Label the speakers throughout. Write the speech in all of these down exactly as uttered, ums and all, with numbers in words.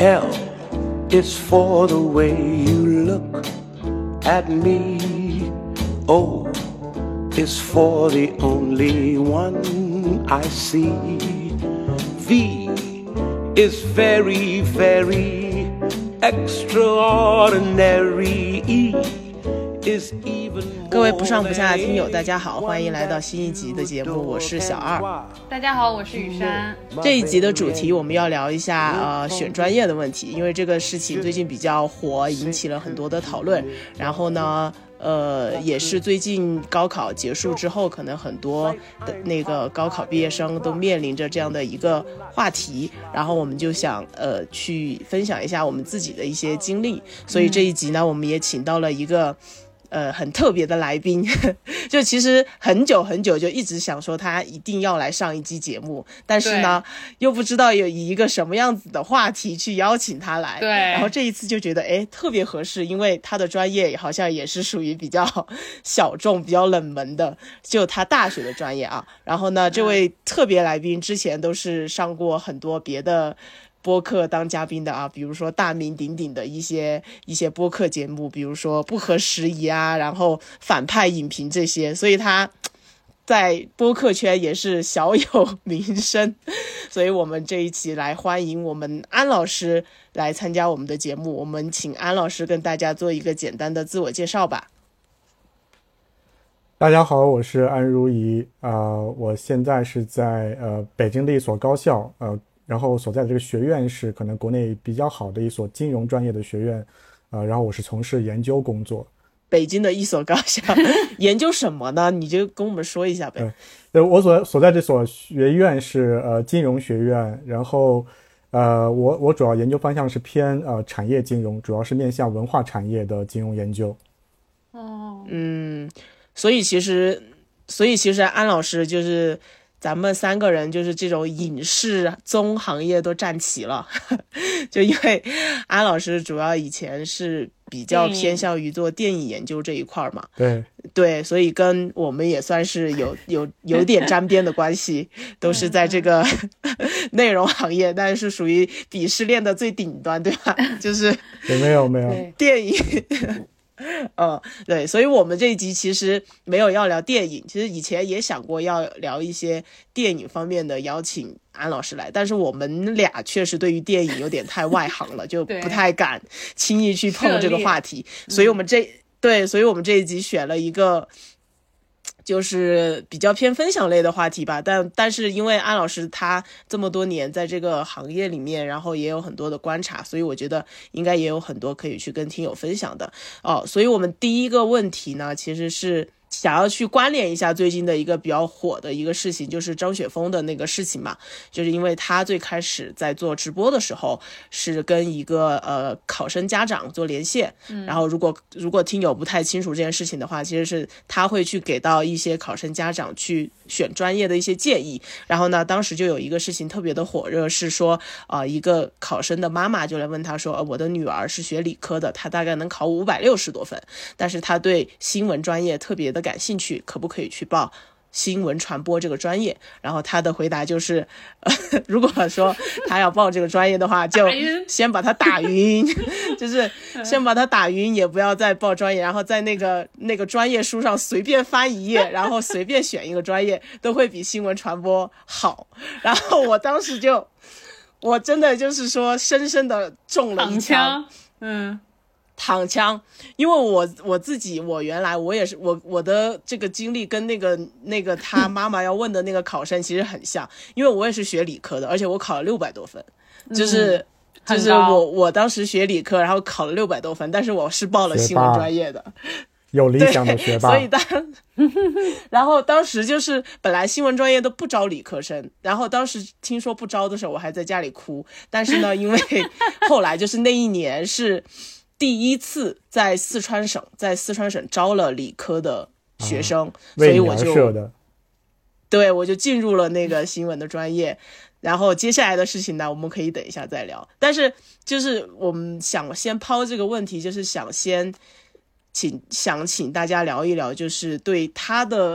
Speaker 1: L is for the way you look at me. O is for the only one I see. V is very, very extraordinary. E is even more.
Speaker 2: 各位不上不下的听友大家好，欢迎来到新一集的节目，我是小二。
Speaker 3: 大家好，我是雨珊。
Speaker 2: 这一集的主题我们要聊一下呃选专业的问题，因为这个事情最近比较火，引起了很多的讨论。然后呢呃，也是最近高考结束之后，可能很多的那个高考毕业生都面临着这样的一个话题，然后我们就想呃去分享一下我们自己的一些经历。所以这一集呢，我们也请到了一个呃很特别的来宾，就其实很久很久就一直想说他一定要来上一期节目，但是呢又不知道有以一个什么样子的话题去邀请他来。
Speaker 3: 对，
Speaker 2: 然后这一次就觉得哎特别合适，因为他的专业好像也是属于比较小众比较冷门的，就他大学的专业啊。然后呢这位特别来宾之前都是上过很多别的播客当嘉宾的啊，比如说大名鼎鼎的一些一些播客节目，比如说不合时宜啊，然后反派影评这些，所以他在播客圈也是小有名声。所以我们这一期来欢迎我们安老师来参加我们的节目，我们请安老师跟大家做一个简单的自我介绍吧。
Speaker 4: 大家好，我是安如怡，呃，我现在是在呃北京的一所高校，呃。然后所在的这个学院是可能国内比较好的一所金融专业的学院，呃，然后我是从事研究工作。
Speaker 2: 北京的一所高校，研究什么呢？你就跟我们说一下呗。
Speaker 4: 呃，我所所在这所学院是呃金融学院，然后呃我我主要研究方向是偏呃产业金融，主要是面向文化产业的金融研究。
Speaker 3: 哦，
Speaker 2: 嗯，所以其实所以其实安老师就是咱们三个人就是这种影视综行业都占齐了。就因为安老师主要以前是比较偏向于做电影研究这一块嘛，
Speaker 4: 对
Speaker 2: 对，所以跟我们也算是有有有点沾边的关系，都是在这个内容行业，但是属于鄙视链的最顶端，对吧？就是
Speaker 4: 也没有没有
Speaker 2: 电影。嗯，对，所以我们这一集其实没有要聊电影，其实以前也想过要聊一些电影方面的，邀请安老师来，但是我们俩确实对于电影有点太外行了，就不太敢轻易去碰这个话题，所以我们这、嗯、对，所以我们这一集选了一个就是比较偏分享类的话题吧，但但是因为安老师他这么多年在这个行业里面，然后也有很多的观察，所以我觉得应该也有很多可以去跟听友分享的哦。所以我们第一个问题呢，其实是想要去关联一下最近的一个比较火的一个事情，就是张雪峰的那个事情嘛，就是因为他最开始在做直播的时候是跟一个呃考生家长做连线、嗯、然后如果如果听友不太清楚这件事情的话，其实是他会去给到一些考生家长去选专业的一些建议。然后呢当时就有一个事情特别的火热，是说呃一个考生的妈妈就来问他说、呃、我的女儿是学理科的，她大概能考五百六十多分，但是她对新闻专业特别的感兴趣，可不可以去报新闻传播这个专业？然后他的回答就是、呃、如果说他要报这个专业的话，就先把他打晕就是先把他打晕，也不要再报专业，然后在那个那个专业书上随便翻一页，然后随便选一个专业，都会比新闻传播好。然后我当时就我真的就是说深深的中了一枪，
Speaker 3: 嗯，
Speaker 2: 躺枪。因为我我自己我原来我也是我我的这个经历跟那个那个他妈妈要问的那个考生其实很像，因为我也是学理科的，而且我考了六百多分，就是、嗯、就是我我当时学理科，然后考了六百多分，但是我是报了新闻专业的，
Speaker 4: 有理想的学霸。
Speaker 2: 所以当然后当时就是本来新闻专业都不招理科生，然后当时听说不招的时候我还在家里哭，但是呢因为后来就是那一年是第一次在四川省在四川省招了理科的学生、啊、所以我就对我就进入了那个新闻的专业。然后接下来的事情呢我们可以等一下再聊，但是就是我们想先抛这个问题，就是想先请想请大家聊一聊，就是对他的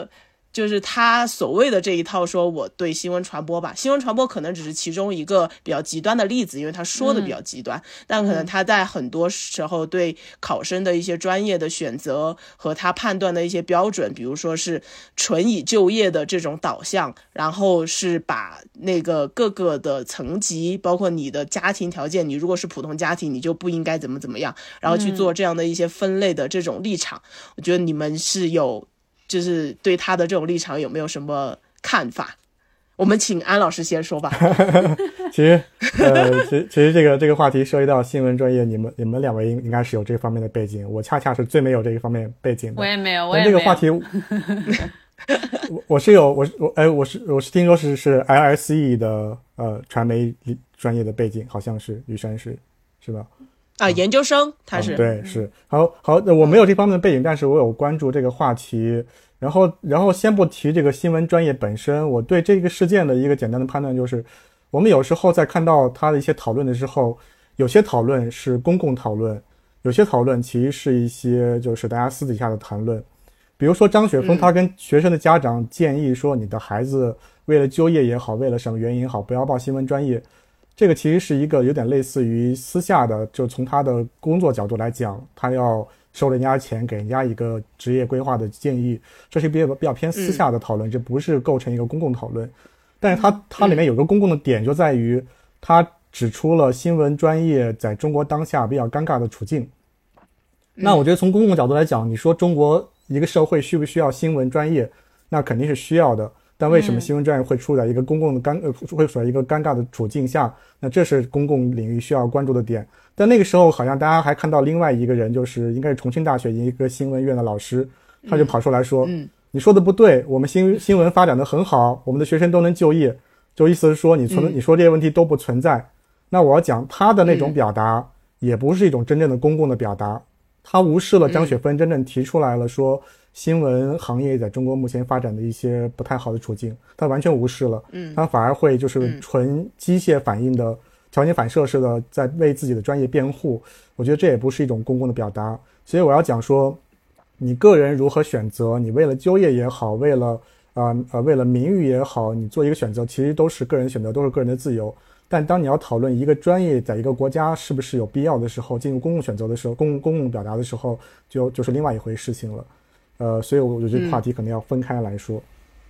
Speaker 2: 就是他所谓的这一套说我对新闻传播吧，新闻传播可能只是其中一个比较极端的例子，因为他说的比较极端、嗯、但可能他在很多时候对考生的一些专业的选择和他判断的一些标准，比如说是纯以就业的这种导向，然后是把那个各个的层级包括你的家庭条件，你如果是普通家庭你就不应该怎么怎么样，然后去做这样的一些分类的这种立场、嗯、我觉得你们是有就是对他的这种立场有没有什么看法？我们请安老师先说吧。
Speaker 4: 其实，呃，其实其实这个这个话题涉及到新闻专业，你们你们两位应应该是有这方面的背景，我恰恰是最没有这个方面背景的。
Speaker 3: 我也没有，我也没有。
Speaker 4: 这个话题，我我是有我我哎我是我是听说是是 L S E 的呃传媒专业的背景，好像是雨山是是吧？
Speaker 2: 啊，研究生他是、
Speaker 4: 嗯、对是好好，我没有这方面的背景，但是我有关注这个话题。然后然后先不提这个新闻专业本身，我对这个事件的一个简单的判断就是，我们有时候在看到他的一些讨论的时候，有些讨论是公共讨论，有些讨论其实是一些就是大家私底下的谈论。比如说张雪峰他跟学生的家长建议说，你的孩子为了就业也好，为了什么原因也好，不要报新闻专业。这个其实是一个有点类似于私下的，就从他的工作角度来讲，他要收人家钱，给人家一个职业规划的建议，这是比较比较偏私下的讨论、嗯、这不是构成一个公共讨论。但是它它里面有个公共的点，就在于它指出了新闻专业在中国当下比较尴尬的处境。那我觉得从公共角度来讲，你说中国一个社会需不需要新闻专业，那肯定是需要的。但为什么新闻专业会处在一个公共的尴、呃、会处在一个尴尬的处境下？那这是公共领域需要关注的点。但那个时候好像大家还看到另外一个人，就是应该是重庆大学一个新闻院的老师，他就跑出来说、嗯嗯、你说的不对，我们新新闻发展的很好，我们的学生都能就业，就意思是说你存、嗯、你说这些问题都不存在。那我要讲他的那种表达也不是一种真正的公共的表达，他无视了张雪峰真正提出来了说新闻行业在中国目前发展的一些不太好的处境，他完全无视了，嗯，他反而会就是纯机械反应的、条件反射式的在为自己的专业辩护。我觉得这也不是一种公共的表达。所以我要讲说，你个人如何选择，你为了就业也好，为了呃呃为了名誉也好，你做一个选择，其实都是个人选择，都是个人的自由。但当你要讨论一个专业在一个国家是不是有必要的时候，进入公共选择的时候，公公共表达的时候，就就是另外一回事情了。呃，所以我觉得话题可能要分开来说。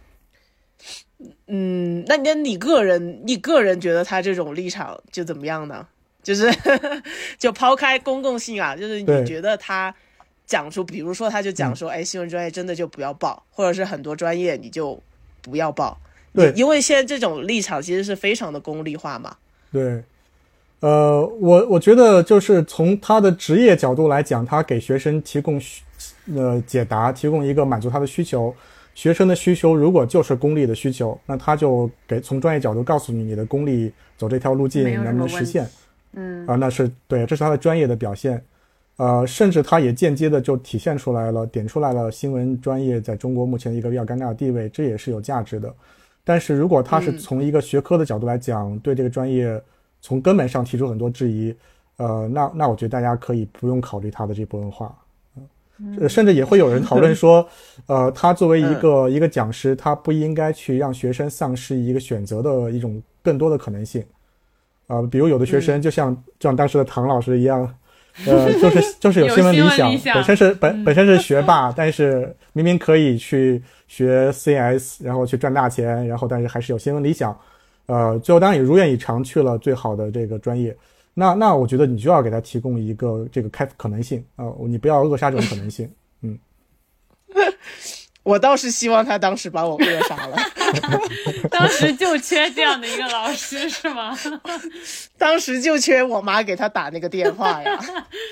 Speaker 2: 嗯，那你你个人你个人觉得他这种立场就怎么样呢？就是就抛开公共性啊，就是你觉得他讲出，比如说他就讲说，哎，新闻专业真的就不要报，或者是很多专业你就不要报。对，因为现在这种立场其实是非常的功利化嘛。
Speaker 4: 对。呃，我我觉得就是从他的职业角度来讲，他给学生提供呃解答，提供一个满足他的需求。学生的需求如果就是功利的需求，那他就给从专业角度告诉你，你的功利走这条路径能不能实现？嗯，啊、呃，那是对，这是他的专业的表现。呃，甚至他也间接的就体现出来了，点出来了新闻专业在中国目前一个比较尴尬的地位，这也是有价值的。但是如果他是从一个学科的角度来讲，嗯、对这个专业从根本上提出很多质疑，呃，那那我觉得大家可以不用考虑他的这部分话，呃，甚至也会有人讨论说，呃，他作为一个、嗯、一个讲师，他不应该去让学生丧失一个选择的一种更多的可能性，呃，比如有的学生就像、嗯、就像当时的唐老师一样，呃，就是就是有新闻理想，想本身是本本身是学霸，但是明明可以去学 C S， 然后去赚大钱，然后但是还是有新闻理想。呃，最后当然也如愿以偿去了最好的这个专业，那那我觉得你就要给他提供一个这个开可能性啊、呃，你不要扼杀这种可能性。嗯，
Speaker 2: 我倒是希望他当时把我扼杀了。
Speaker 3: 当时就缺这样的一个老师是吗？
Speaker 2: 当时就缺我妈给他打那个电话呀。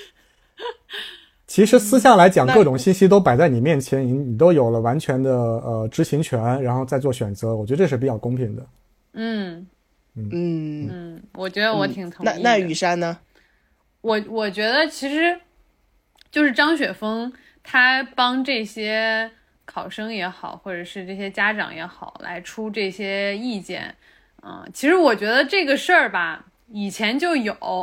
Speaker 4: 其实私下来讲，各种信息都摆在你面前，你你都有了完全的呃知情权，然后再做选择，我觉得这是比较公平的。
Speaker 3: 嗯
Speaker 2: 嗯
Speaker 3: 嗯，我觉得我挺同意的。
Speaker 2: 嗯、那那雨山呢？
Speaker 3: 我我觉得其实就是张雪峰他帮这些考生也好，或者是这些家长也好，来出这些意见，嗯、呃，其实我觉得这个事儿吧，以前就有，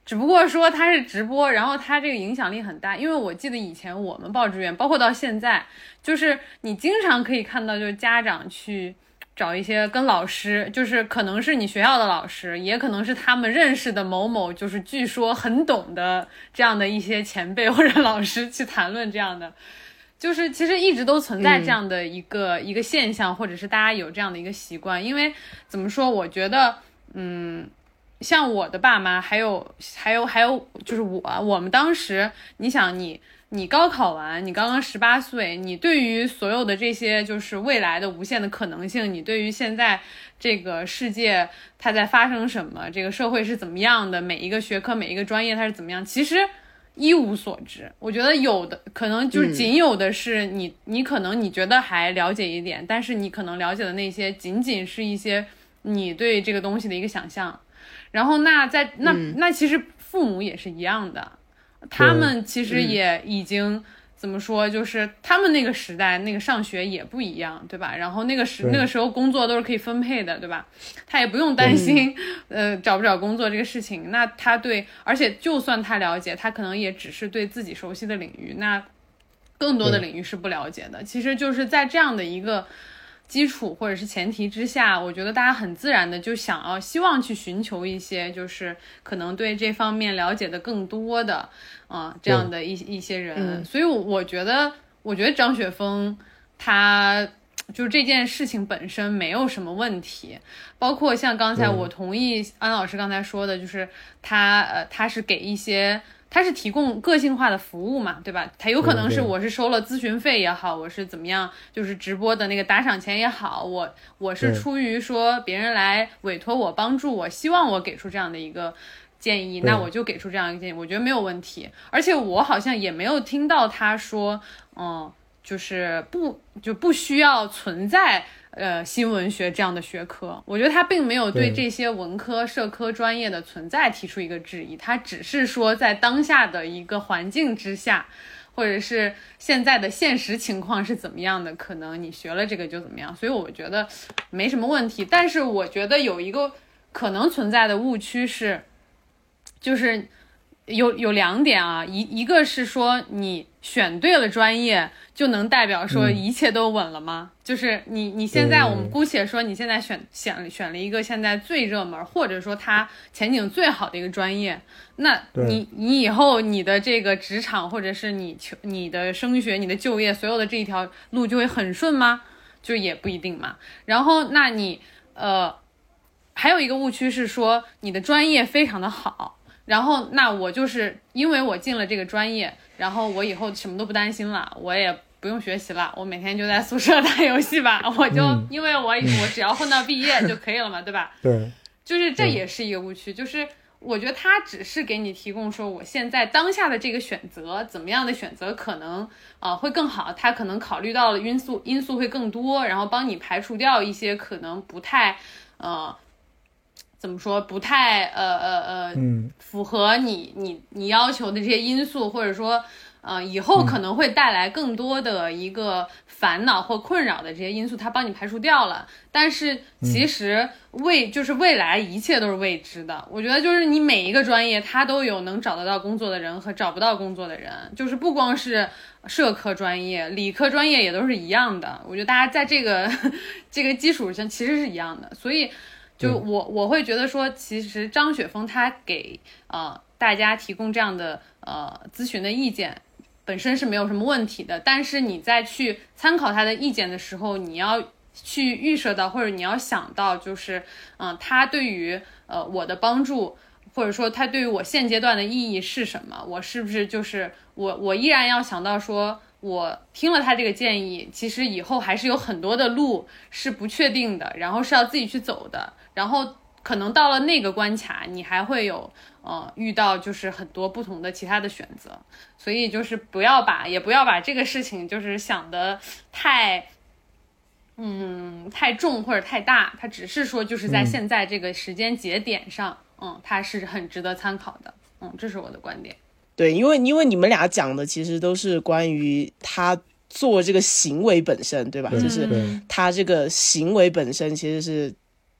Speaker 3: 只不过说他是直播，然后他这个影响力很大。因为我记得以前我们报志愿，包括到现在，就是你经常可以看到，就是家长去找一些跟老师，就是可能是你学校的老师，也可能是他们认识的某某，就是据说很懂的这样的一些前辈或者老师去谈论这样的。就是其实一直都存在这样的一个、嗯、一个现象，或者是大家有这样的一个习惯。因为怎么说，我觉得嗯像我的爸妈还有还有还有就是我我们当时，你想你你高考完，你刚刚十八岁，你对于所有的这些就是未来的无限的可能性，你对于现在这个世界它在发生什么，这个社会是怎么样的，每一个学科每一个专业它是怎么样，其实一无所知。我觉得有的可能就是仅有的是你、嗯、你可能你觉得还了解一点，但是你可能了解的那些仅仅是一些你对这个东西的一个想象。然后那在那、嗯、那其实父母也是一样的，他们其实也已经、嗯、怎么说，就是他们那个时代那个上学也不一样，对吧？然后那个时那个时候工作都是可以分配的，对吧？他也不用担心、嗯、呃找不找工作这个事情。那他对，而且就算他了解，他可能也只是对自己熟悉的领域，那更多的领域是不了解的。其实就是在这样的一个基础或者是前提之下，我觉得大家很自然的就想要希望去寻求一些就是可能对这方面了解的更多的啊、呃、这样的一一些人、嗯、所以我觉得我觉得张雪峰他就是这件事情本身没有什么问题。包括像刚才我同意安老师刚才说的，就是他呃他是给一些他是提供个性化的服务嘛，对吧？他有可能是我是收了咨询费也好，我是怎么样，就是直播的那个打赏钱也好，我我是出于说别人来委托我帮助我，希望我给出这样的一个建议，那我就给出这样一个建议，我觉得没有问题。而且我好像也没有听到他说嗯就是不就不需要存在呃新闻学这样的学科。我觉得他并没有对这些文科社科专业的存在提出一个质疑，他只是说在当下的一个环境之下，或者是现在的现实情况是怎么样的，可能你学了这个就怎么样，所以我觉得没什么问题。但是我觉得有一个可能存在的误区是，就是有有两点啊，一一个是说你选对了专业就能代表说一切都稳了吗？嗯、就是你你现在我们姑且说你现在选选选了一个现在最热门或者说它前景最好的一个专业，那你你以后你的这个职场或者是你求你的升学你的就业所有的这一条路就会很顺吗？就也不一定嘛。然后那你呃还有一个误区是说你的专业非常的好，然后那我就是因为我进了这个专业，然后我以后什么都不担心了，我也不用学习了，我每天就在宿舍打游戏吧，我就、嗯、因为我我只要混到毕业就可以了嘛，对吧？
Speaker 4: 对，
Speaker 3: 就是这也是一个误区，就是我觉得他只是给你提供说我现在当下的这个选择怎么样的选择可能呃会更好，他可能考虑到了因素因素会更多，然后帮你排除掉一些可能不太呃怎么说不太呃呃呃、嗯、符合你你你要求的这些因素，或者说呃以后可能会带来更多的一个烦恼或困扰的这些因素，它帮你排除掉了。但是其实未就是未来一切都是未知的。我觉得就是你每一个专业它都有能找得到工作的人和找不到工作的人，就是不光是社科专业，理科专业也都是一样的。我觉得大家在这个这个基础上其实是一样的，所以就我我会觉得说，其实张雪峰他给呃大家提供这样的呃咨询的意见本身是没有什么问题的，但是你在去参考他的意见的时候，你要去预设到或者你要想到，就是嗯、呃、他对于呃我的帮助，或者说他对于我现阶段的意义是什么，我是不是就是我我依然要想到说，我听了他这个建议，其实以后还是有很多的路是不确定的，然后是要自己去走的，然后可能到了那个关卡，你还会有呃遇到就是很多不同的其他的选择，所以就是不要把也不要把这个事情就是想得太嗯太重或者太大，它只是说就是在现在这个时间节点上，嗯, 嗯它是很值得参考的，嗯，这是我的观点。
Speaker 2: 对，因为因为你们俩讲的其实都是关于他做这个行为本身，对吧？
Speaker 4: 对，
Speaker 2: 就是他这个行为本身其实是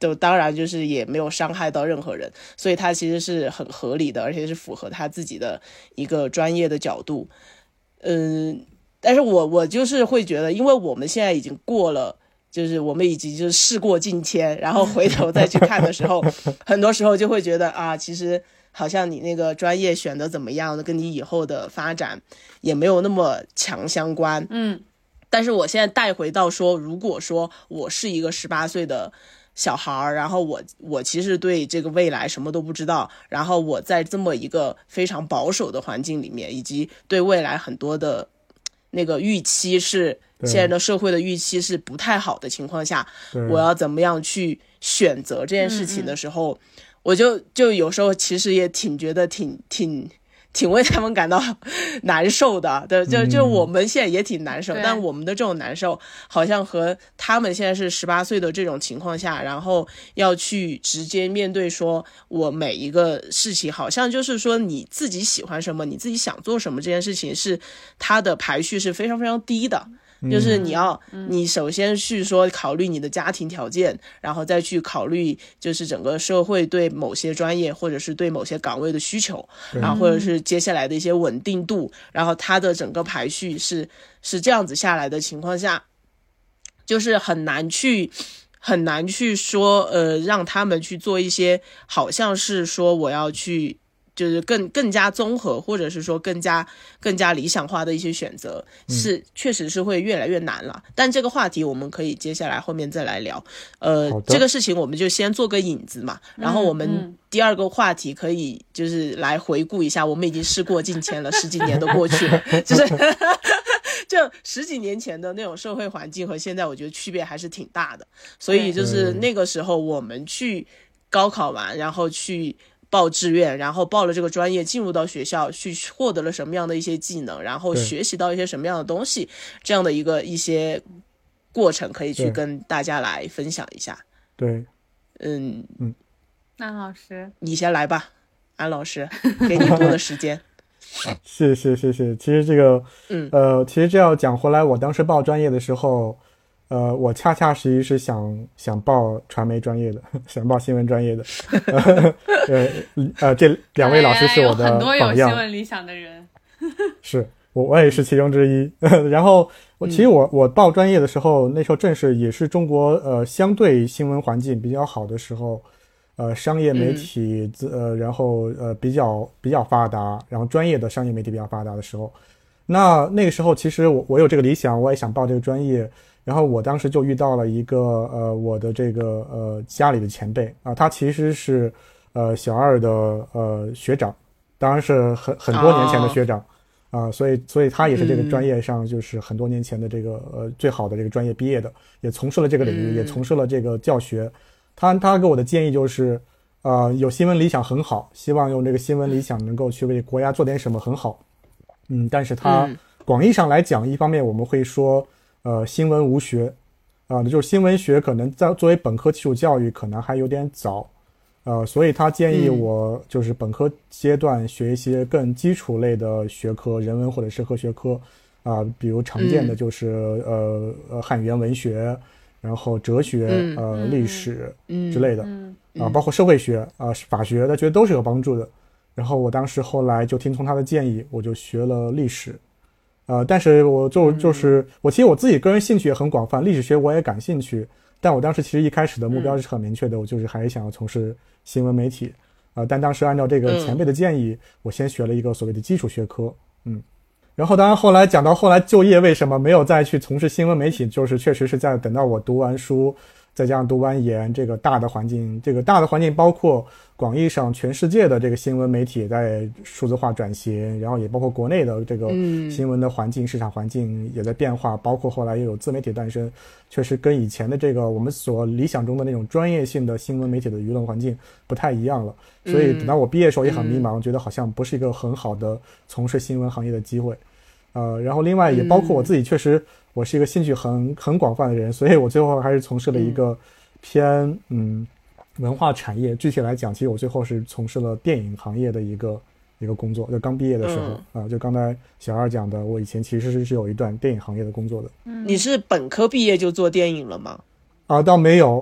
Speaker 2: 都当然就是也没有伤害到任何人，所以他其实是很合理的，而且是符合他自己的一个专业的角度。嗯，但是我我就是会觉得，因为我们现在已经过了，就是我们已经就是事过境迁，然后回头再去看的时候，很多时候就会觉得啊，其实好像你那个专业选的怎么样的，跟你以后的发展也没有那么强相关。
Speaker 3: 嗯，
Speaker 2: 但是我现在带回到说，如果说我是一个十八岁的小孩，然后我我其实对这个未来什么都不知道，然后我在这么一个非常保守的环境里面，以及对未来很多的那个预期是现在的社会的预期是不太好的情况下，我要怎么样去选择这件事情的时候，嗯嗯我就就有时候其实也挺觉得挺挺挺为他们感到难受的，对，就就我们现在也挺难受，嗯、但我们的这种难受好像和他们现在是十八岁的这种情况下，然后要去直接面对说我每一个事情，好像就是说你自己喜欢什么，你自己想做什么，这件事情是它的排序是非常非常低的。就是你要你首先去说考虑你的家庭条件，然后再去考虑就是整个社会对某些专业或者是对某些岗位的需求，然后或者是接下来的一些稳定度，然后它的整个排序是是这样子下来的情况下，就是很难去很难去说呃让他们去做一些好像是说我要去就是更更加综合，或者是说更加更加理想化的一些选择，是、嗯、确实是会越来越难了。但这个话题我们可以接下来后面再来聊。呃，这个事情我们就先做个引子嘛，然后我们第二个话题可以就是来回顾一下，我们已经事过境迁了，十几年都过去了，就是就十几年前的那种社会环境和现在我觉得区别还是挺大的。所以就是那个时候我们去高考完，然后去报志愿，然后报了这个专业，进入到学校去获得了什么样的一些技能，然后学习到一些什么样的东西，这样的一个一些过程可以去跟大家来分享一下。
Speaker 4: 对，
Speaker 2: 嗯
Speaker 4: 嗯，
Speaker 3: 安老师
Speaker 2: 你先来吧，安老师给你多的时间。
Speaker 4: 是是是是，其实这个
Speaker 2: 嗯
Speaker 4: 呃，其实这要讲回来，我当时报专业的时候，呃，我恰恰实际是想想报传媒专业的，想报新闻专业的。呃呃，这两位老师是我的榜样。
Speaker 3: 哎、有很多有新闻理想的人。
Speaker 4: 是我我也是其中之一。然后我其实我我报专业的时候，那时候正是也是中国呃相对新闻环境比较好的时候，呃商业媒体呃然后呃比较比较发达，然后专业的商业媒体比较发达的时候。那那个时候其实我我有这个理想，我也想报这个专业。然后我当时就遇到了一个呃我的这个呃家里的前辈啊，他其实是呃小二的呃学长，当然是很很多年前的学长啊、哦呃，所以所以他也是这个专业上就是很多年前的这个呃最好的这个专业毕业的，也从事了这个领域，
Speaker 2: 嗯、
Speaker 4: 也从事了这个教学。他他给我的建议就是呃有新闻理想很好，希望用这个新闻理想能够去为国家做点什么很好。嗯，但是他广义上来讲，一方面我们会说。呃，新闻无学，啊、呃，就是新闻学可能在作为本科基础教育可能还有点早，呃，所以他建议我就是本科阶段学一些更基础类的学科，人文或者是社科学科，啊、呃，比如常见的就是、嗯、呃呃汉语言文学，然后哲学，
Speaker 2: 嗯、
Speaker 4: 呃历史之类的，啊、
Speaker 3: 嗯
Speaker 4: 呃，包括社会学啊、呃、法学的，觉得都是有帮助的。然后我当时后来就听从他的建议，我就学了历史。呃，但是我就就是我其实我自己个人兴趣也很广泛，历史学我也感兴趣，但我当时其实一开始的目标是很明确的，我就是还是想要从事新闻媒体，呃，但当时按照这个前辈的建议，我先学了一个所谓的基础学科，嗯，然后当然后来讲到后来就业为什么没有再去从事新闻媒体，就是确实是在等到我读完书，再加上读完研，这个大的环境，这个大的环境包括广义上全世界的这个新闻媒体在数字化转型，然后也包括国内的这个新闻的环境、嗯、市场环境也在变化，包括后来又有自媒体诞生，确实跟以前的这个我们所理想中的那种专业性的新闻媒体的舆论环境不太一样了。所以等到我毕业的时候也很迷茫、嗯、觉得好像不是一个很好的从事新闻行业的机会。呃，然后另外也包括我自己，确实我是一个兴趣很很广泛的人，所以我最后还是从事了一个偏嗯文化产业。具体来讲，其实我最后是从事了电影行业的一个一个工作。就刚毕业的时候啊、嗯呃，就刚才小二讲的，我以前其实是有一段电影行业的工作的。
Speaker 2: 你是本科毕业就做电影了吗？
Speaker 4: 啊、呃，倒没有。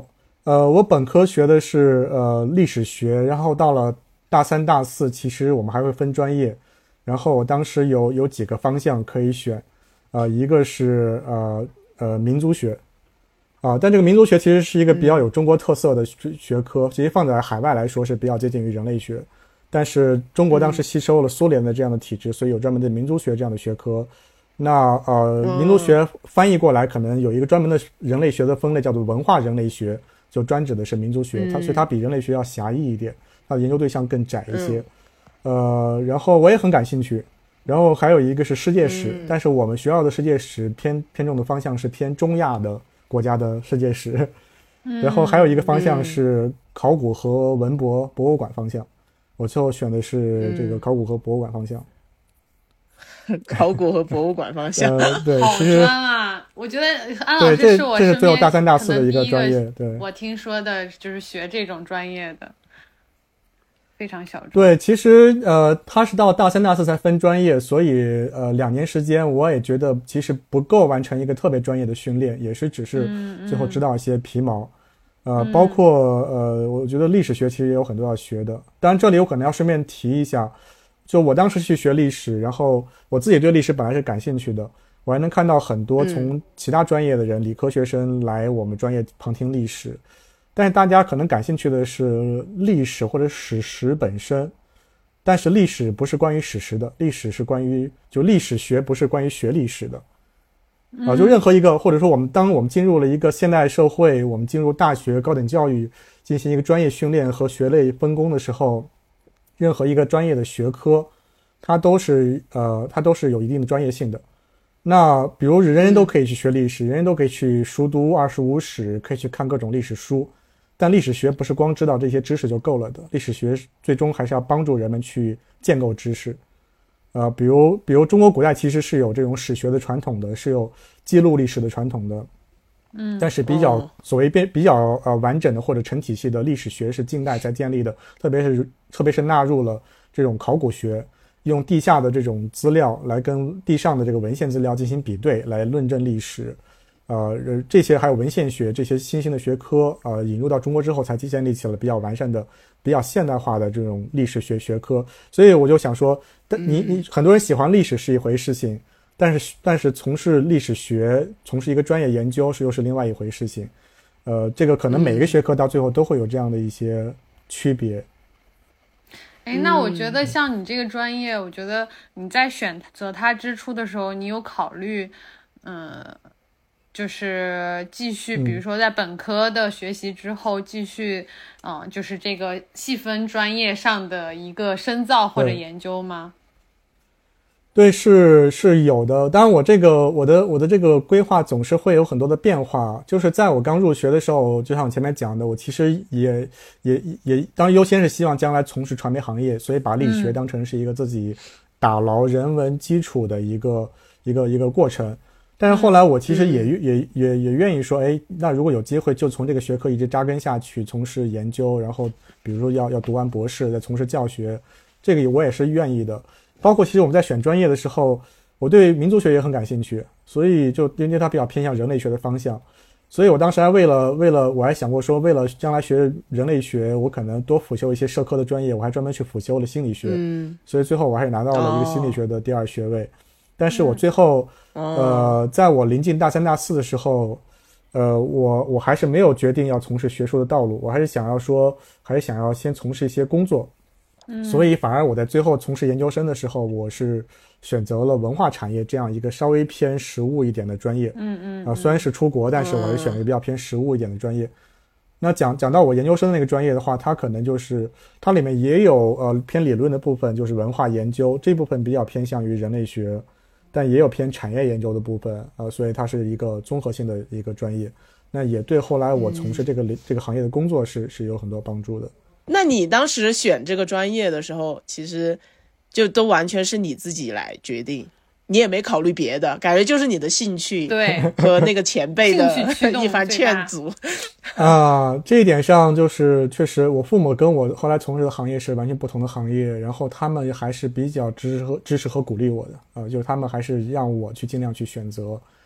Speaker 4: 呃，我本科学的是呃历史学，然后到了大三大四，其实我们还会分专业，然后我当时有有几个方向可以选，呃，一个是呃呃民族学，啊、呃，但这个民族学其实是一个比较有中国特色的学学科，其实放在海外来说是比较接近于人类学，但是中国当时吸收了苏联的这样的体制，所以有专门的民族学这样的学科。那呃，民族学翻译过来可能有一个专门的人类学的分类，叫做文化人类学。就专指的是民族学，它所以它比人类学要狭义一点，它的研究对象更窄一些。嗯、呃，然后我也很感兴趣。然后还有一个是世界史，嗯、但是我们学校的世界史偏偏重的方向是偏中亚的国家的世界史。嗯、然后还有一个方向是考古和文博博物馆方向，我最后选的是这个考古和博物馆方向。
Speaker 2: 嗯、考古和博物馆方向，
Speaker 4: 呃、对，
Speaker 3: 好
Speaker 4: 其实
Speaker 3: 专啊！我觉得安老师是我身边
Speaker 4: 这是最后大三大四的一个专业，对，
Speaker 3: 我听说的就是学这种专业的，非常小众。
Speaker 4: 对，其实呃，他是到大三大四才分专业，所以呃，两年时间我也觉得其实不够完成一个特别专业的训练，也是只是最后知道一些皮毛。嗯、呃，包括呃，我觉得历史学其实也有很多要学的。当然，这里我可能要顺便提一下，就我当时去学历史，然后我自己对历史本来是感兴趣的。我还能看到很多从其他专业的人、嗯、理科学生来我们专业旁听历史，但是大家可能感兴趣的是历史或者史实本身，但是历史不是关于史实的，历史是关于就历史学不是关于学历史的啊、呃，就任何一个或者说我们当我们进入了一个现代社会，我们进入大学高等教育进行一个专业训练和学类分工的时候，任何一个专业的学科它都是呃它都是有一定的专业性的。那比如人人都可以去学历史，人人都可以去熟读二十五史，可以去看各种历史书，但历史学不是光知道这些知识就够了的，历史学最终还是要帮助人们去建构知识。呃，比如比如中国古代其实是有这种史学的传统的，是有记录历史的传统的，嗯，但是比较、哦、所谓比比较呃完整的或者成体系的历史学是近代才建立的，特别是特别是纳入了这种考古学。用地下的这种资料来跟地上的这个文献资料进行比对，来论证历史，呃，这些还有文献学这些新兴的学科，呃，引入到中国之后，才建立起了比较完善的、比较现代化的这种历史学学科。所以我就想说，你你很多人喜欢历史是一回事情，但是但是从事历史学、从事一个专业研究是又是另外一回事情。呃，这个可能每一个学科到最后都会有这样的一些区别。
Speaker 3: 哎，那我觉得像你这个专业、嗯、我觉得你在选择它之初的时候，你有考虑嗯、呃，就是继续比如说在本科的学习之后继续嗯、呃，就是这个细分专业上的一个深造或者研究吗？
Speaker 4: 对，是是有的。当然我这个我的我的这个规划总是会有很多的变化，就是在我刚入学的时候，就像我前面讲的，我其实也也也当然优先是希望将来从事传媒行业，所以把历史学当成是一个自己打牢人文基础的一个、嗯、一个一个过程。但是后来我其实也、嗯、也也也愿意说，哎，那如果有机会就从这个学科一直扎根下去，从事研究，然后比如说要要读完博士再从事教学，这个我也是愿意的。包括其实我们在选专业的时候，我对民族学也很感兴趣，所以就因为它比较偏向人类学的方向，所以我当时还为了为了我还想过说，为了将来学人类学，我可能多辅修一些社科的专业，我还专门去辅修了心理学，嗯，所以最后我还是拿到了一个心理学的第二学位。哦、但是我最后、嗯、呃，在我临近大三大四的时候，呃，我我还是没有决定要从事学术的道路，我还是想要说，还是想要先从事一些工作。嗯，所以反而我在最后从事研究生的时候，我是选择了文化产业这样一个稍微偏实务一点的专业。嗯嗯，啊、呃，虽然是出国，但是我还是选了一个比较偏实务一点的专业。嗯、那讲讲到我研究生的那个专业的话，它可能就是它里面也有呃偏理论的部分，就是文化研究这部分比较偏向于人类学，但也有偏产业研究的部分，呃，所以它是一个综合性的一个专业。那也对后来我从事这个、嗯、这个行业的工作是是有很多帮助的。
Speaker 2: 那你当时选这个专业的时候，其实就都完全是你自己来决定，你也没考虑别的，感觉就是你的兴趣
Speaker 3: 对
Speaker 2: 和那个前辈的一番劝阻
Speaker 4: 啊、呃，这一点上就是确实我父母跟我后来从事的行业是完全不同的行业，然后他们还是比较支持和支持和鼓励我的啊、呃，就是他们还是让我去尽量去选择。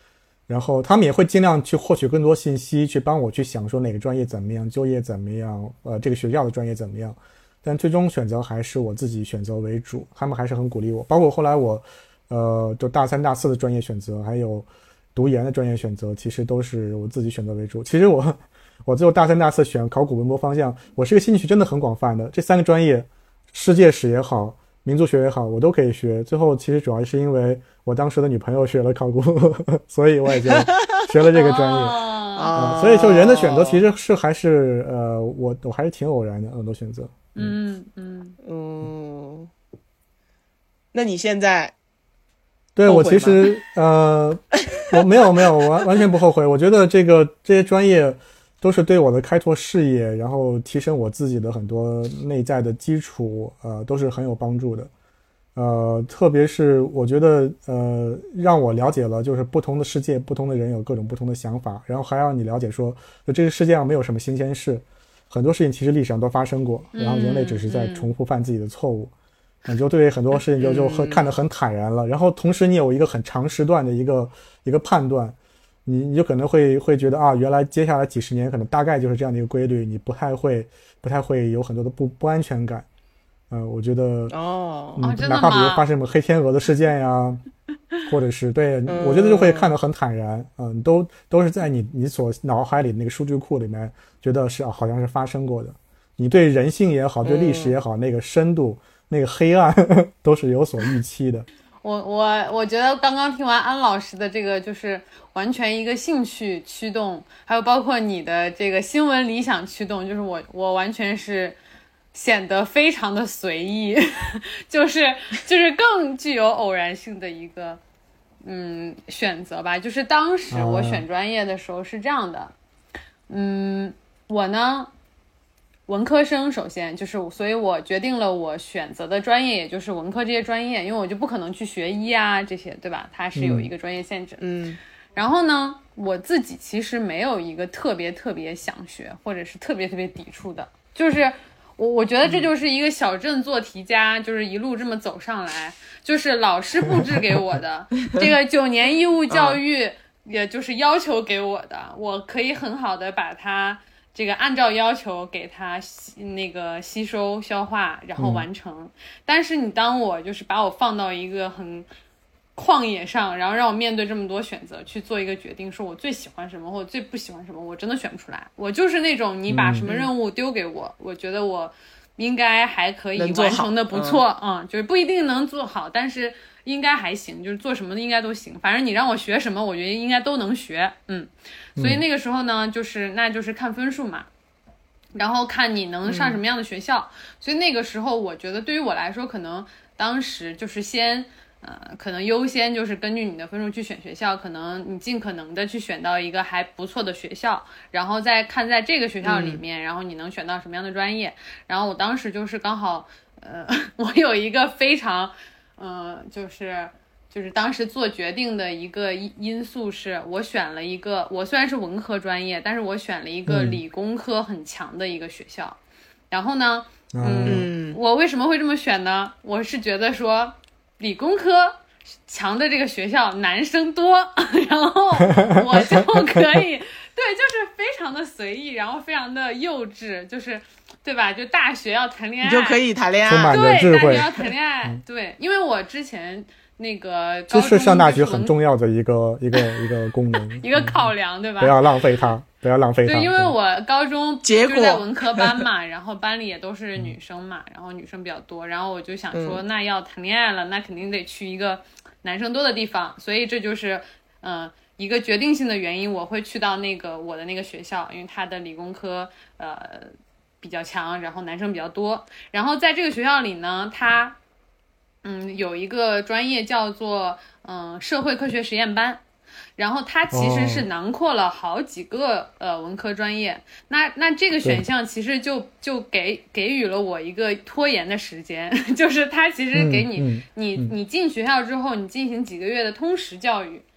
Speaker 4: 然后他们也会尽量去获取更多信息，去帮我去想说哪个专业怎么样，就业怎么样，呃，这个学校的专业怎么样。但最终选择还是我自己选择为主，他们还是很鼓励我。包括后来我，呃，就大三、大四的专业选择，还有读研的专业选择，其实都是我自己选择为主。其实我，我最后大三、大四选考古文博方向，我是一个兴趣真的很广泛的，这三个专业，世界史也好，民族学也好，我都可以学。最后其实主要是因为我当时的女朋友学了考古，所以我也就学了这个专业。
Speaker 2: 啊、
Speaker 4: 呃，所以就人的选择其实是还是呃，我我还是挺偶然的很多选择。
Speaker 3: 嗯嗯
Speaker 2: 嗯，那你现在
Speaker 4: 对我其实呃，我没有没有完完全不后悔。我觉得这个这些专业都是对我的开拓视野，然后提升我自己的很多内在的基础，呃，都是很有帮助的。呃，特别是我觉得呃，让我了解了就是不同的世界，不同的人有各种不同的想法，然后还让你了解说，就这个世界上没有什么新鲜事。很多事情其实历史上都发生过，然后人类只是在重复犯自己的错误，你、嗯、就对很多事情就就会看得很坦然了。然后同时你有一个很长时段的一个一个判断，你你就可能会会觉得啊，原来接下来几十年可能大概就是这样的一个规律，你不太会不太会有很多的不不安全感。呃，我觉得
Speaker 2: 哦、
Speaker 4: 嗯
Speaker 3: 哦，
Speaker 4: 哪怕比如发生什么黑天鹅的事件呀。或者是对，我觉得就会看得很坦然，嗯，都都是在你你所脑海里那个数据库里面，觉得是、啊、好像是发生过的。你对人性也好，对历史也好，嗯、那个深度、那个黑暗都是有所预期的。
Speaker 3: 我我我觉得刚刚听完安老师的这个，就是完全一个兴趣驱动，还有包括你的这个新闻理想驱动，就是我我完全是。显得非常的随意，就是就是更具有偶然性的一个嗯选择吧。就是当时我选专业的时候是这样的，嗯，我呢文科生，首先就是所以我决定了我选择的专业也就是文科这些专业，因为我就不可能去学医啊这些，对吧？它是有一个专业限制。
Speaker 2: 嗯，
Speaker 3: 然后呢，我自己其实没有一个特别特别想学或者是特别特别抵触的，就是我我觉得这就是一个小镇做题家，就是一路这么走上来，就是老师布置给我的这个九年义务教育，也就是要求给我的，我可以很好的把它这个按照要求给它那个吸收消化，然后完成。嗯、但是你当我就是把我放到一个很旷野上，然后让我面对这么多选择去做一个决定，说我最喜欢什么或者最不喜欢什么，我真的选不出来。我就是那种你把什么任务丢给我，嗯、我觉得我应该还可以完成的不错，嗯, 嗯，就是不一定能做好，但是应该还行，就是做什么的应该都行。反正你让我学什么，我觉得应该都能学，嗯。所以那个时候呢，就是那就是看分数嘛，然后看你能上什么样的学校。嗯、所以那个时候我觉得对于我来说，可能当时就是先。呃，可能优先就是根据你的分数去选学校，可能你尽可能的去选到一个还不错的学校，然后再看在这个学校里面，嗯、然后你能选到什么样的专业。然后我当时就是刚好，呃，我有一个非常，呃，就是就是当时做决定的一个因素是我选了一个，我虽然是文科专业，但是我选了一个理工科很强的一个学校。嗯、然后呢，嗯，嗯我为什么会这么选呢？我是觉得说。理工科强的这个学校男生多，然后我就可以对，就是非常的随意，然后非常的幼稚，就是对吧？就大学要谈恋爱，
Speaker 2: 你就可以谈恋爱，
Speaker 3: 对，大学要谈恋爱，嗯、对，因为我之前那个高中
Speaker 4: 这是上大学很重要的一个一个一个功能，
Speaker 3: 一个考量，对吧？
Speaker 4: 不要浪费它。不要浪费它。
Speaker 3: 对，因为我高中就是在文科班嘛，然后班里也都是女生嘛，然后女生比较多，然后我就想说，那要谈恋爱了，那肯定得去一个男生多的地方，所以这就是嗯、呃、一个决定性的原因，我会去到那个我的那个学校，因为它的理工科呃比较强，然后男生比较多，然后在这个学校里呢，它嗯有一个专业叫做嗯、呃、社会科学实验班。然后它其实是囊括了好几个、哦、呃文科专业，那那这个选项其实就就给给予了我一个拖延的时间，就是它其实给你、嗯嗯、你你进学校之后，你进行几个月的通识教育，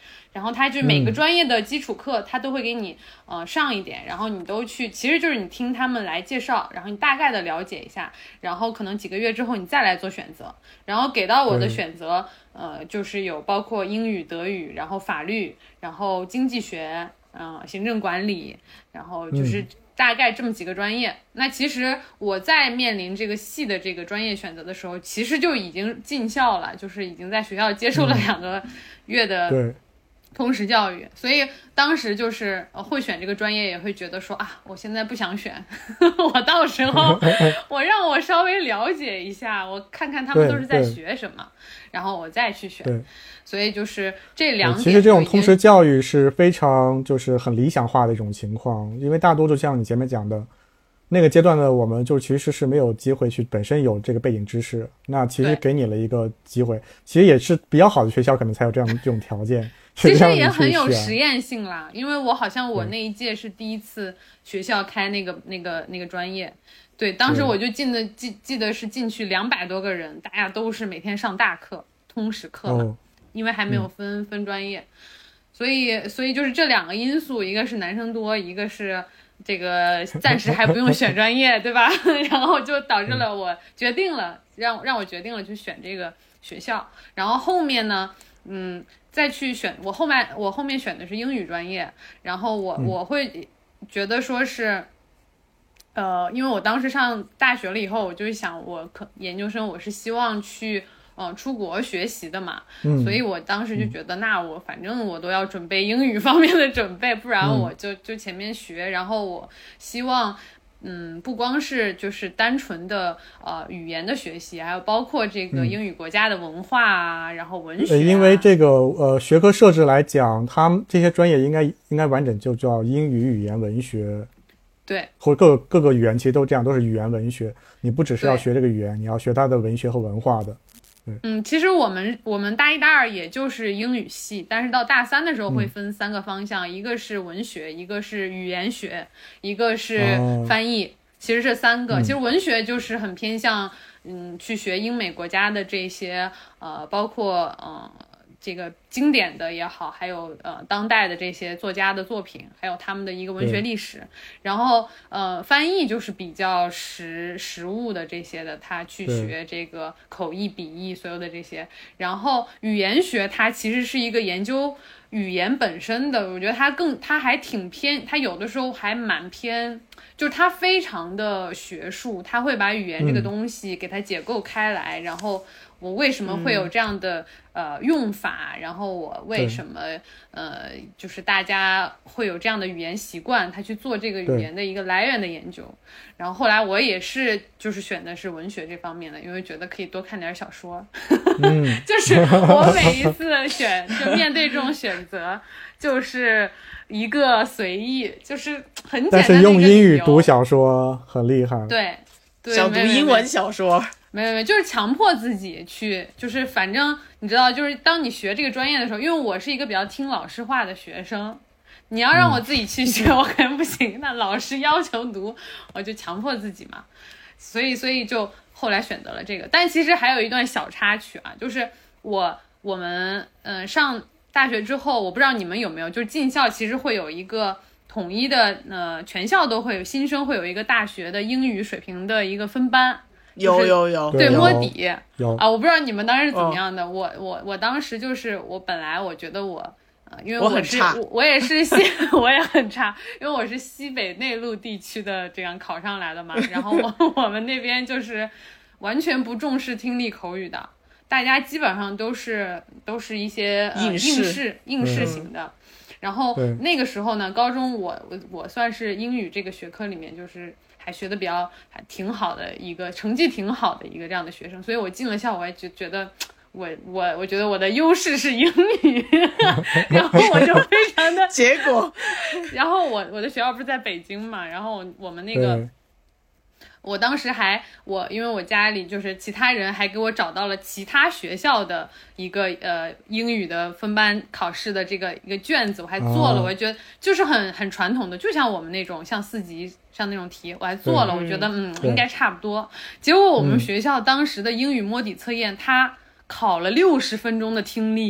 Speaker 3: 然后他就每个专业的基础课他都会给你呃上一点，然后你都去，其实就是你听他们来介绍，然后你大概的了解一下，然后可能几个月之后你再来做选择。然后给到我的选择呃就是有包括英语、德语，然后法律，然后经济学，嗯、呃，行政管理，然后就是大概这么几个专业。嗯、那其实我在面临这个系的这个专业选择的时候，其实就已经进校了，就是已经在学校接受了两个月的通识教育，嗯、所以当时就是呃会选这个专业，也会觉得说啊，我现在不想选，我到时候我让我稍微了解一下，我看看他们都是在学什么，然后我再去选。所以就是这两点，
Speaker 4: 其实这种通识教育是非常就是很理想化的一种情况，因为大多就像你前面讲的那个阶段的我们就其实是没有机会去本身有这个背景知识，那其实给你了一个机会，其实也是比较好的学校可能才有这样这种条件。
Speaker 3: 其实也很有实验性啦，因为我好像我那一届是第一次学校开那个那个那个专业，对，当时我就进的记记得是进去两百多个人，大家都是每天上大课通识课嘛。哦，因为还没有分、嗯、分专业，所以所以就是这两个因素，一个是男生多，一个是这个暂时还不用选专业，对吧？然后就导致了我决定了让让我决定了去选这个学校，然后后面呢，嗯，再去选我后面我后面选的是英语专业，然后我、嗯、我会觉得说是。呃，因为我当时上大学了以后，我就想我可研究生我是希望去呃出国学习的嘛，嗯、所以我当时就觉得，那我反正我都要准备英语方面的准备，不然我就就前面学，然后我希望。嗯，不光是就是单纯的呃语言的学习，还有包括这个英语国家的文化啊，嗯、然后文学、啊。
Speaker 4: 因为这个呃学科设置来讲，他们这些专业应该应该完整就叫英语语言文学。
Speaker 3: 对，
Speaker 4: 或各各个语言其实都这样，都是语言文学。你不只是要学这个语言，你要学它的文学和文化的。
Speaker 3: 嗯，其实我们我们大一大二也就是英语系，但是到大三的时候会分三个方向，嗯、一个是文学，一个是语言学，一个是翻译。哦、其实这三个，嗯、其实文学就是很偏向嗯去学英美国家的这些呃，包括嗯。呃这个经典的也好，还有呃当代的这些作家的作品，还有他们的一个文学历史。然后呃翻译就是比较实实务的这些的，他去学这个口译、笔译所有的这些。然后语言学它其实是一个研究语言本身的，我觉得它更它还挺偏，它有的时候还蛮偏，就是它非常的学术，它会把语言这个东西给它解构开来，嗯、然后。我为什么会有这样的、嗯、呃用法？然后我为什么呃就是大家会有这样的语言习惯？他去做这个语言的一个来源的研究。然后后来我也是就是选的是文学这方面的，因为觉得可以多看点小说。嗯、就是我每一次选就面对这种选择，就是一个随意，就是很简单的一个理由。但
Speaker 4: 是用英语读小说很厉害。
Speaker 3: 对，对
Speaker 2: 想读英文小说。
Speaker 3: 没有没有，就是强迫自己去，就是反正你知道，就是当你学这个专业的时候，因为我是一个比较听老师话的学生，你要让我自己去学，嗯、我肯定不行。那老师要求读，我就强迫自己嘛。所以，所以就后来选择了这个。但其实还有一段小插曲啊，就是我我们嗯、呃、上大学之后，我不知道你们有没有，就是进校其实会有一个统一的，呃，全校都会有新生会有一个大学的英语水平的一个分班。
Speaker 2: 有有有，
Speaker 3: 对，摸底
Speaker 4: 有
Speaker 3: 啊！我不知道你们当时是怎么样的，哦、我我我当时就是我本来我觉得我，呃，因为我
Speaker 2: 很差，
Speaker 3: 我, 我也是西，我也很差，因为我是西北内陆地区的这样考上来的嘛。然后我我们那边就是完全不重视听力口语的，大家基本上都是都是一些、呃、
Speaker 2: 应试
Speaker 3: 应试应试型的。嗯、然后那个时候呢，高中我我我算是英语这个学科里面就是。还学的比较还挺好的一个成绩挺好的一个这样的学生，所以我进了校，我还觉觉得我我我觉得我的优势是英语，然后我就非常的
Speaker 2: 结果，
Speaker 3: 然后我我的学校不是在北京嘛，然后我们那个。我当时还我因为我家里就是其他人还给我找到了其他学校的一个呃英语的分班考试的这个一个卷子，我还做了，哦、我觉得就是很很传统的，就像我们那种像四级上那种题，我还做了，我觉得嗯应该差不多。结果我们学校当时的英语摸底测验，它考了六十分钟的听力。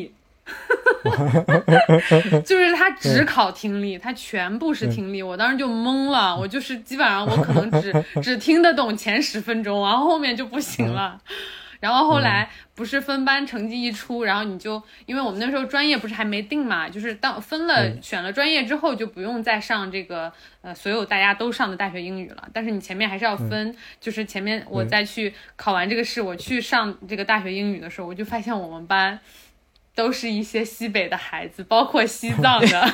Speaker 3: 就是他只考听力，他全部是听力，我当时就懵了，我就是基本上我可能只只听得懂前十分钟，然后后面就不行了。然后后来不是分班成绩一出，然后你就因为我们那时候专业不是还没定嘛，就是当分了选了专业之后就不用再上这个呃所有大家都上的大学英语了，但是你前面还是要分，就是前面我再去考完这个试，我去上这个大学英语的时候，我就发现我们班都是一些西北的孩子，包括西藏的。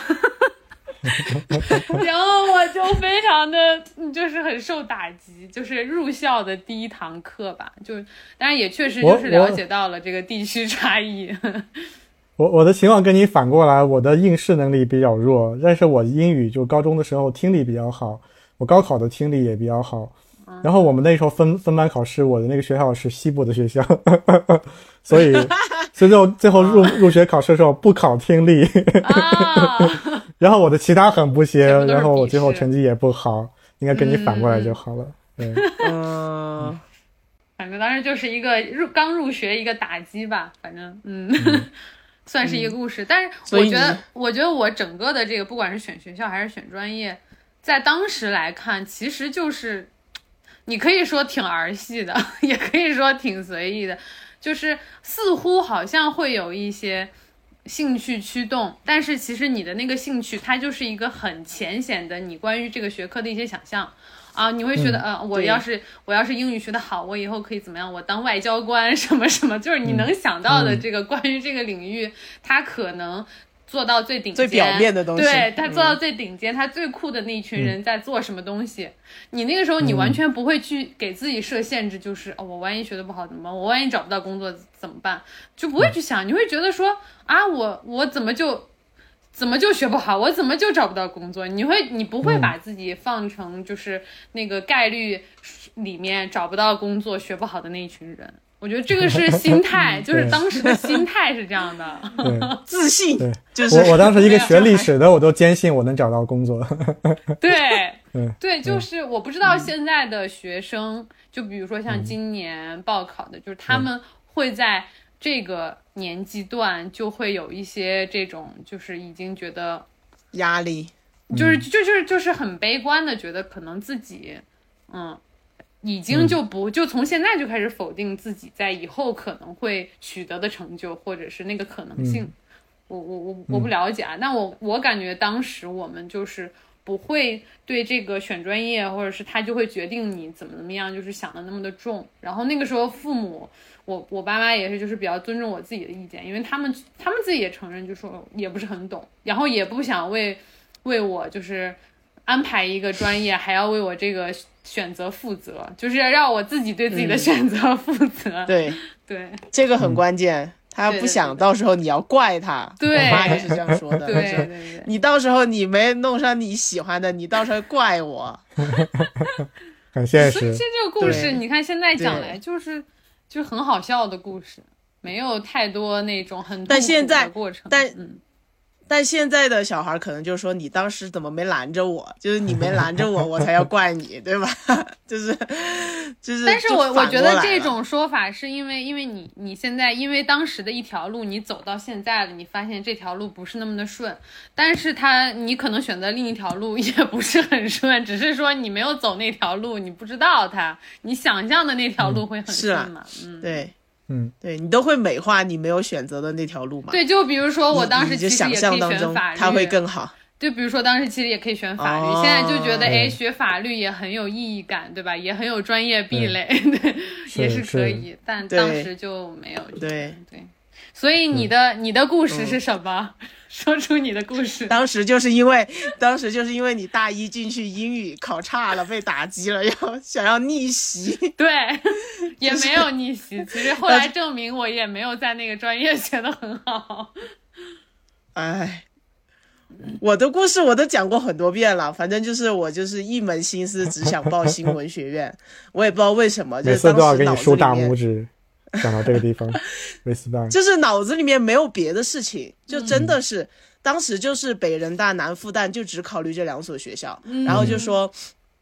Speaker 3: 然后我就非常的就是很受打击，就是入校的第一堂课吧，就当然也确实就是了解到了这个地区差异。
Speaker 4: 我我的情况跟你反过来，我的应试能力比较弱，但是我英语就高中的时候听力比较好，我高考的听力也比较好。然后我们那时候分分班考试，我的那个学校是西部的学校，所以所以最后最后入入学考试的时候不考听力，
Speaker 3: 啊、
Speaker 4: 然后我的其他很不行，然后我最后成绩也不好，应该跟你反过来就好了。
Speaker 3: 嗯，
Speaker 4: 对，
Speaker 3: 嗯，反正当时就是一个入刚入学一个打击吧，反正嗯。嗯算是一个故事，嗯、但是我觉得，我觉得我整个的这个，不管是选学校还是选专业，在当时来看，其实就是你可以说挺儿戏的，也可以说挺随意的，就是似乎好像会有一些兴趣驱动，但是其实你的那个兴趣，它就是一个很浅显的你关于这个学科的一些想象。啊，你会觉得，呃，我要是我要是英语学得好，我以后可以怎么样？我当外交官什么什么，就是你能想到的这个关于这个领域，它可能做到最顶尖，
Speaker 2: 最表面的东西，
Speaker 3: 对，他做到最顶尖，他、嗯、最酷的那一群人在做什么东西？嗯、你那个时候你完全不会去给自己设限制，就是、嗯、哦，我万一学得不好怎么办？我万一找不到工作怎么办？就不会去想，嗯、你会觉得说啊，我我怎么就。怎么就学不好？我怎么就找不到工作？你会，你不会把自己放成就是那个概率里面找不到工作、学不好的那一群人。我觉得这个是心态，就是当时的心态是这样的，
Speaker 2: 自信。
Speaker 4: 对，
Speaker 2: 就是
Speaker 4: 我我当时一个学历史的，我都坚信我能找到工作。
Speaker 3: 对，对，就是我不知道现在的学生，就比如说像今年报考的，就是他们会在这个年纪段就会有一些这种，就是已经觉得
Speaker 2: 压力，
Speaker 3: 就是就就是就是很悲观的，觉得可能自己，嗯，已经就不、嗯、就从现在就开始否定自己在以后可能会取得的成就，或者是那个可能性。嗯、我我我我不了解啊，但我我感觉当时我们就是不会对这个选专业，或者是他就会决定你怎么怎么样，就是想的那么的重。然后那个时候父母。我我爸妈也是，就是比较尊重我自己的意见，因为他们他们自己也承认，就说也不是很懂，然后也不想为为我就是安排一个专业，还要为我这个选择负责，就是让我自己对自己的选择负责。
Speaker 2: 嗯、对
Speaker 3: 对，
Speaker 2: 这个很关键。他不想到时候你要怪他，
Speaker 3: 对，
Speaker 2: 我妈也是这样说的。
Speaker 3: 对对对，
Speaker 2: 你到时候你没弄上你喜欢的，你到时候怪我。
Speaker 4: 很现实。
Speaker 3: 所以这个故事，你看现在讲来就是。就是很好笑的故事，没有太多那种很痛苦的过程。
Speaker 2: 但现在，但、嗯、但现在的小孩可能就是说，你当时怎么没拦着我？就是你没拦着我，我才要怪你，对吧？就是就是。
Speaker 3: 但是我我觉得这种说法是因为，因为你你现在因为当时的一条路，你走到现在了，你发现这条路不是那么的顺，但是他你可能选择另一条路也不是很顺，只是说你没有走那条路，你不知道它，你想象的那条路会很顺嘛？嗯，
Speaker 2: 嗯对。
Speaker 4: 嗯，
Speaker 2: 对你都会美化你没有选择的那条路嘛？
Speaker 3: 对，就比如说我当时其实也可以选法律，
Speaker 2: 它会更好。
Speaker 3: 就比如说当时其实也可以选法律，哦、现在就觉得哎，学法律也很有意义感，对吧？也很有专业壁垒，对，也是可以。但当时就没有。
Speaker 2: 对
Speaker 3: 对，所以你的、嗯、你的故事是什么？嗯、说出你的故事。
Speaker 2: 当时就是因为，当时就是因为你大一进去英语考差了，被打击了，要想要逆袭。
Speaker 3: 对，也没有逆袭。其实后来证明我也没有在那个专业学得很好。
Speaker 2: 哎。我的故事我都讲过很多遍了，反正就是我就是一门心思只想报新闻学院，我也不知道为什么，就是当时脑子里面每次都要给你竖
Speaker 4: 大拇指，讲到这个地方，
Speaker 2: 就是脑子里面没有别的事情，就真的是、嗯、当时就是北人大、南复旦就只考虑这两所学校，嗯、然后就说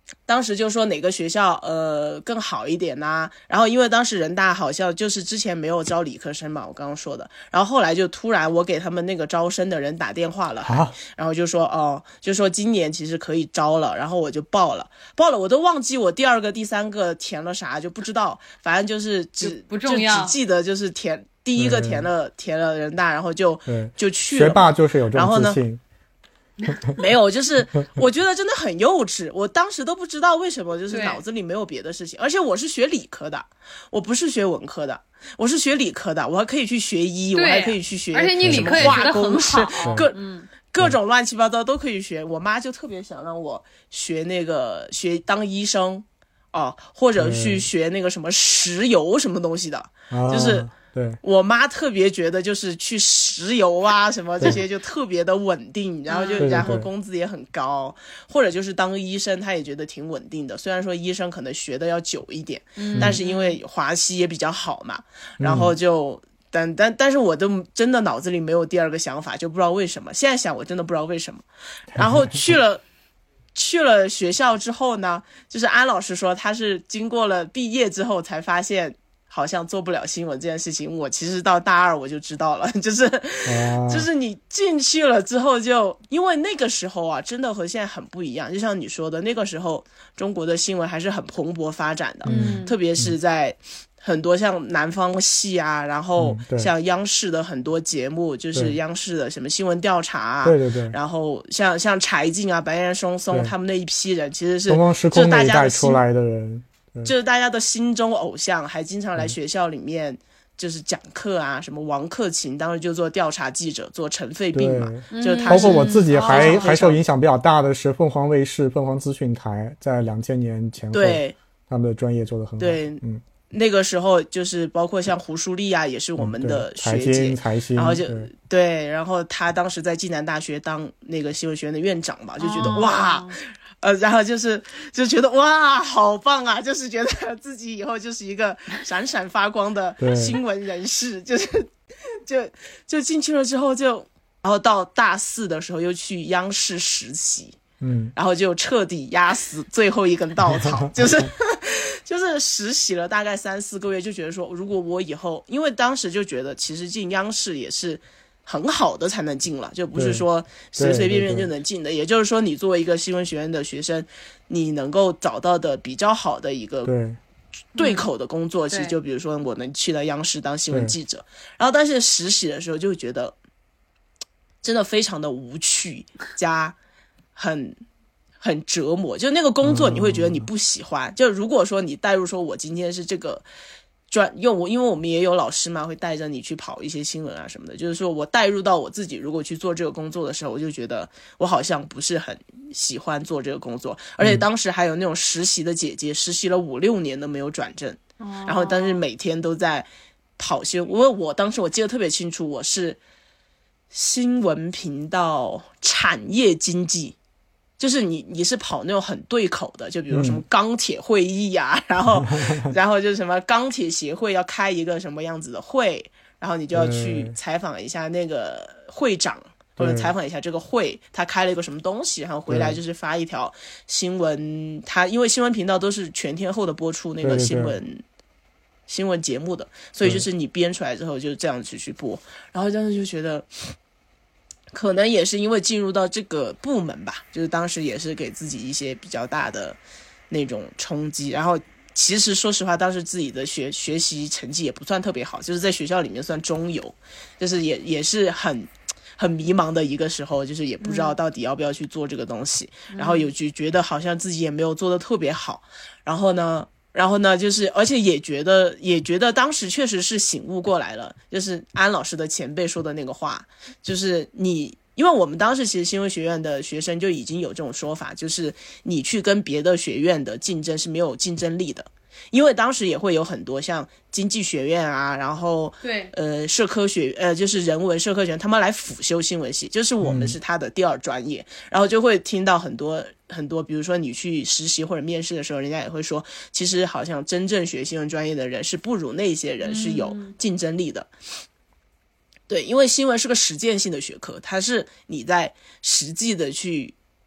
Speaker 2: 当时就说哪个学校呃更好一点呐、啊，然后因为当时人大好像就是之前没有招理科生嘛，我刚刚说的，然后后来就突然我给他们那个招生的人打电话了，
Speaker 4: 啊，
Speaker 2: 然后就说哦，就说今年其实可以招了，然后我就报了，报了我都忘记我第二个、第三个填了啥，就不知道，反正就是只
Speaker 3: 就不重要，
Speaker 2: 就只记得就是填第一个填了填了人大，然后就就去
Speaker 4: 了。学霸就是有这种自信。
Speaker 2: 没有，就是我觉得真的很幼稚，我当时都不知道为什么，就是脑子里没有别的事情，而且我是学理科的，我不是学文科的，我是学理科的，我还可以去学医，我还可以去学，
Speaker 3: 而且你理科也学得很好，
Speaker 2: 各嗯各种乱七八糟都可以学。我妈就特别想让我学那个学当医生哦，或者去学那个什么石油什么东西的，
Speaker 4: 嗯、
Speaker 2: 就是。
Speaker 4: 啊对，
Speaker 2: 我妈特别觉得就是去石油啊什么这些就特别的稳定，然后就然后工资也很高，或者就是当医生她也觉得挺稳定的，虽然说医生可能学的要久一点、嗯、但是因为华西也比较好嘛，然后就、嗯、但但但是我都真的脑子里没有第二个想法，就不知道为什么，现在想我真的不知道为什么。然后去了去了学校之后呢，就是安老师说他是经过了毕业之后才发现好像做不了新闻这件事情，我其实到大二我就知道了，就是、啊、就是你进去了之后就，因为那个时候啊，真的和现在很不一样，就像你说的，那个时候中国的新闻还是很蓬勃发展的，嗯，特别是在很多像南方系啊，然后像央视的很多节目，就是央视的什么新闻调查啊，
Speaker 4: 对对对，
Speaker 2: 然后像像柴静啊、白岩松松他们那一批人，其实是
Speaker 4: 东方时空那一代出来的人。
Speaker 2: 就是大家的心中偶像，还经常来学校里面就是讲课啊，什么王克勤当时就做调查记者，做尘肺病嘛，就是他
Speaker 4: 包括我自己还、哦、还受影响比较大的是凤凰卫视、凤凰资讯台，在两千年前后，
Speaker 2: 对
Speaker 4: 他们的专业做得很好。
Speaker 2: 对，
Speaker 4: 嗯，
Speaker 2: 那个时候就是包括像胡舒丽啊，也是我们的学姐，
Speaker 4: 嗯、财经，
Speaker 2: 然后就 对, 对，然后他当时在暨南大学当那个新闻学院的院长嘛，就觉得、哦、哇。呃，然后就是就觉得哇，好棒啊！就是觉得自己以后就是一个闪闪发光的新闻人士，就是就就进去了之后就，然后到大四的时候又去央视实习，
Speaker 4: 嗯，
Speaker 2: 然后就彻底压死最后一根稻草，就是就是实习了大概三四个月，就觉得说，如果我以后，因为当时就觉得其实进央视也是。很好的才能进了，就不是说随随便便就能进的。也就是说，你作为一个新闻学院的学生，你能够找到的比较好的一个对口的工作，其实就比如说我能去到央视当新闻记者。然后，但是实习的时候就觉得真的非常的无趣，加很很折磨。就那个工作，你会觉得你不喜欢。嗯、就如果说你带入说，我今天是这个。专用我，因为我们也有老师嘛，会带着你去跑一些新闻啊什么的。就是说我带入到我自己，如果去做这个工作的时候，我就觉得我好像不是很喜欢做这个工作。而且当时还有那种实习的姐姐，实习了五六年都没有转正，
Speaker 3: 哦、
Speaker 2: 然后但是每天都在跑新闻。因为我当时我记得特别清楚，我是新闻频道产业经济。就是你你是跑那种很对口的，就比如什么钢铁会议啊、嗯、然后然后就是什么钢铁协会要开一个什么样子的会，然后你就要去采访一下那个会长，或者采访一下这个会他开了一个什么东西，然后回来就是发一条新闻。他因为新闻频道都是全天候的播出那个新闻
Speaker 4: 对对对
Speaker 2: 新闻节目的，所以就是你编出来之后就这样子去播，然后当时就觉得可能也是因为进入到这个部门吧，就是当时也是给自己一些比较大的那种冲击。然后其实说实话，当时自己的学学习成绩也不算特别好，就是在学校里面算中游，就是也也是很很迷茫的一个时候，就是也不知道到底要不要去做这个东西，嗯、然后有就觉得好像自己也没有做得特别好，然后呢。然后呢，就是而且也觉得也觉得当时确实是醒悟过来了，就是安老师的前辈说的那个话，就是你，因为我们当时其实新闻学院的学生就已经有这种说法，就是你去跟别的学院的竞争是没有竞争力的。因为当时也会有很多像经济学院啊，然后
Speaker 3: 对
Speaker 2: 呃社科学呃就是人文社科学院，他们来辅修新闻系，就是我们是他的第二专业，嗯、然后就会听到很多很多，比如说你去实习或者面试的时候，人家也会说，其实好像真正学新闻专业的人是不如那些人是有竞争力的。嗯、对，因为新闻是个实践性的学科，它是你在实际的去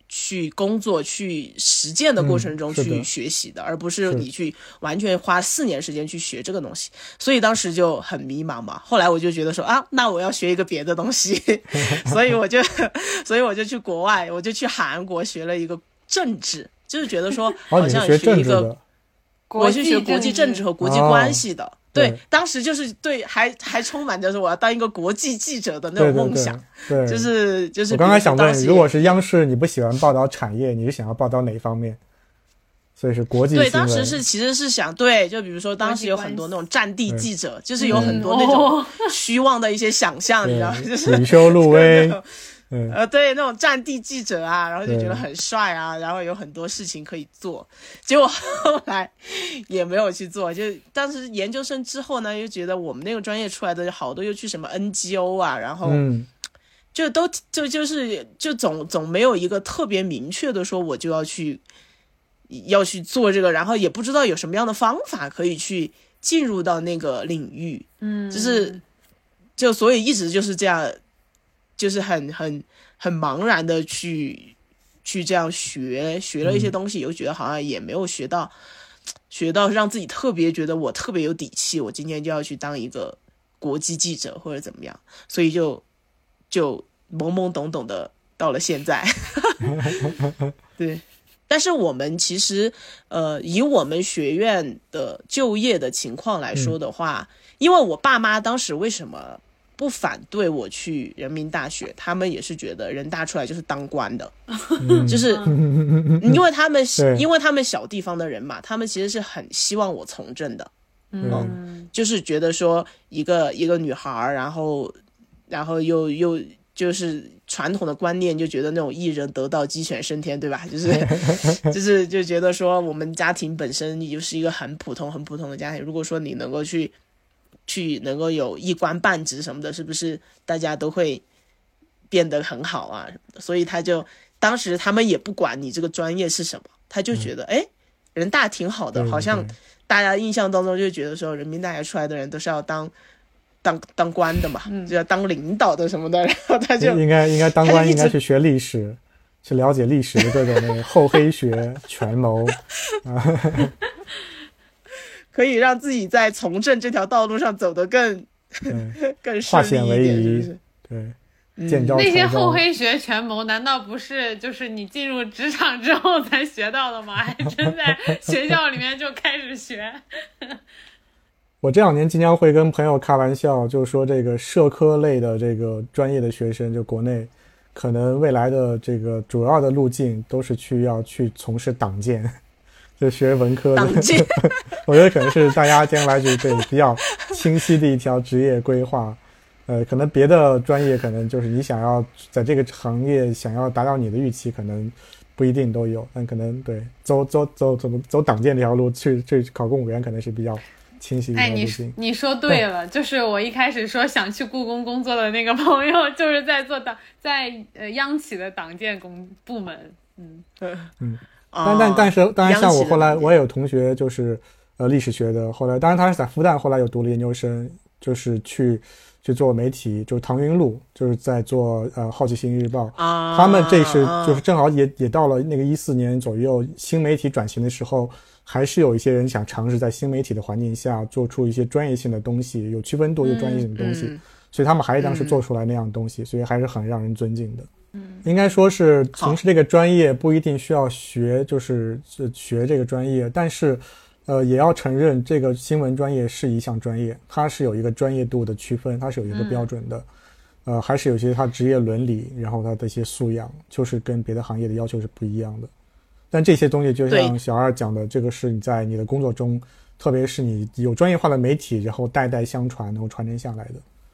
Speaker 2: 去工作去实践的过程中去学习的，
Speaker 4: 嗯、
Speaker 2: 而不是你去完全花四年时间去学这个东西。所以当时就很迷茫嘛。后来我就觉得说啊，那我要学一个别的东西，所以我就所以我就去国外，我就去韩国学了一个政治，就是觉得说好像学一个，
Speaker 4: 哦、
Speaker 2: 我是学国际政治和国际关系的。哦对，当时就是对，还还充满着我要当一个国际记者的那种梦想。
Speaker 4: 对，对对
Speaker 2: 就是就是。
Speaker 4: 我刚才想问，如果是央视，你不喜欢报道产业，你是想要报道哪一方面？所以是国际新闻。
Speaker 2: 对，当时是其实是想对，就比如说当时有很多那种战地记者，就是有很多那种虚妄的一些想象，你知道吗？就是
Speaker 4: 吕修路威。
Speaker 2: 嗯、呃，对，那种战地记者啊，然后就觉得很帅啊，然后有很多事情可以做，结果后来也没有去做。就当时研究生之后呢，又觉得我们那个专业出来的好多又去什么 N G O 啊，然后就都就就是就总总没有一个特别明确的说我就要去要去做这个，然后也不知道有什么样的方法可以去进入到那个领域，嗯，就是就所以一直就是这样。就是很很很茫然的去去这样学学了一些东西，又觉得好像也没有学到学到让自己特别觉得我特别有底气，我今天就要去当一个国际记者或者怎么样，所以就就懵懵懂懂的到了现在。对，但是我们其实呃以我们学院的就业的情况来说的话，嗯、因为我爸妈当时为什么不反对我去人民大学，他们也是觉得人大出来就是当官的，嗯、就是因为他们因为他们小地方的人嘛，他们其实是很希望我从政的，嗯，嗯就是觉得说一个一个女孩，然后然后又又就是传统的观念，就觉得那种一人得道鸡犬升天，对吧？就是就是就觉得说我们家庭本身就是一个很普通很普通的家庭，如果说你能够去。去能够有一官半职什么的，是不是大家都会变得很好啊什么的？所以他就当时他们也不管你这个专业是什么，他就觉得哎、嗯，人大挺好的，好像大家印象当中就觉得说人民大学出来的人都是要当当当官的嘛，嗯、就要当领导的什么的，然后他就
Speaker 4: 应该应该当官应该去学历史，去了解历史的各种那个厚黑学权谋啊。
Speaker 2: 可以让自己在从政这条道路上走得更更顺利一点，是不是？
Speaker 4: 对，见招
Speaker 3: 那些厚黑学权谋，难道不是就是你进入职场之后才学到的吗？还真在学校里面就开始学。
Speaker 4: 我这两年经常会跟朋友开玩笑，就说这个社科类的这个专业的学生，就国内可能未来的这个主要的路径都是去要去从事党建。就学文科的，我觉得可能是大家将来就对比较清晰的一条职业规划。呃，可能别的专业可能就是你想要在这个行业想要达到你的预期，可能不一定都有，但可能对走走走走走党建这条路去去考公务员，可能是比较清晰的一条路径。
Speaker 3: 哎，你你说对了，嗯、就是我一开始说想去故宫工作的那个朋友，就是在做党在呃央企的党建工部门。嗯
Speaker 4: 嗯。但但但是当然像我后来我也有同学就是呃历史学的，后来当然他是在复旦后来有读了研究生，就是去去做媒体，就是唐云路就是在做呃好奇心日报啊，他们这是就是正好也也到了那个一四年左右新媒体转型的时候，还是有一些人想尝试在新媒体的环境下做出一些专业性的东西，有区分度有专业性的东西、嗯嗯、所以他们还是当时做出来那样的东西、嗯、所以还是很让人尊敬的。应该说是从事这个专业不一定需要学就是学这个专业，但是呃也要承认这个新闻专业是一项专业，它是有一个专业度的区分，它是有一个标准的、嗯、呃还是有些它职业伦理，然后它的一些素养就是跟别的行业的要求是不一样的。但这些东西就像小二讲的，这个是你在你的工作中，特别是你有专业化的媒体，然后代代相传能够传承下来的。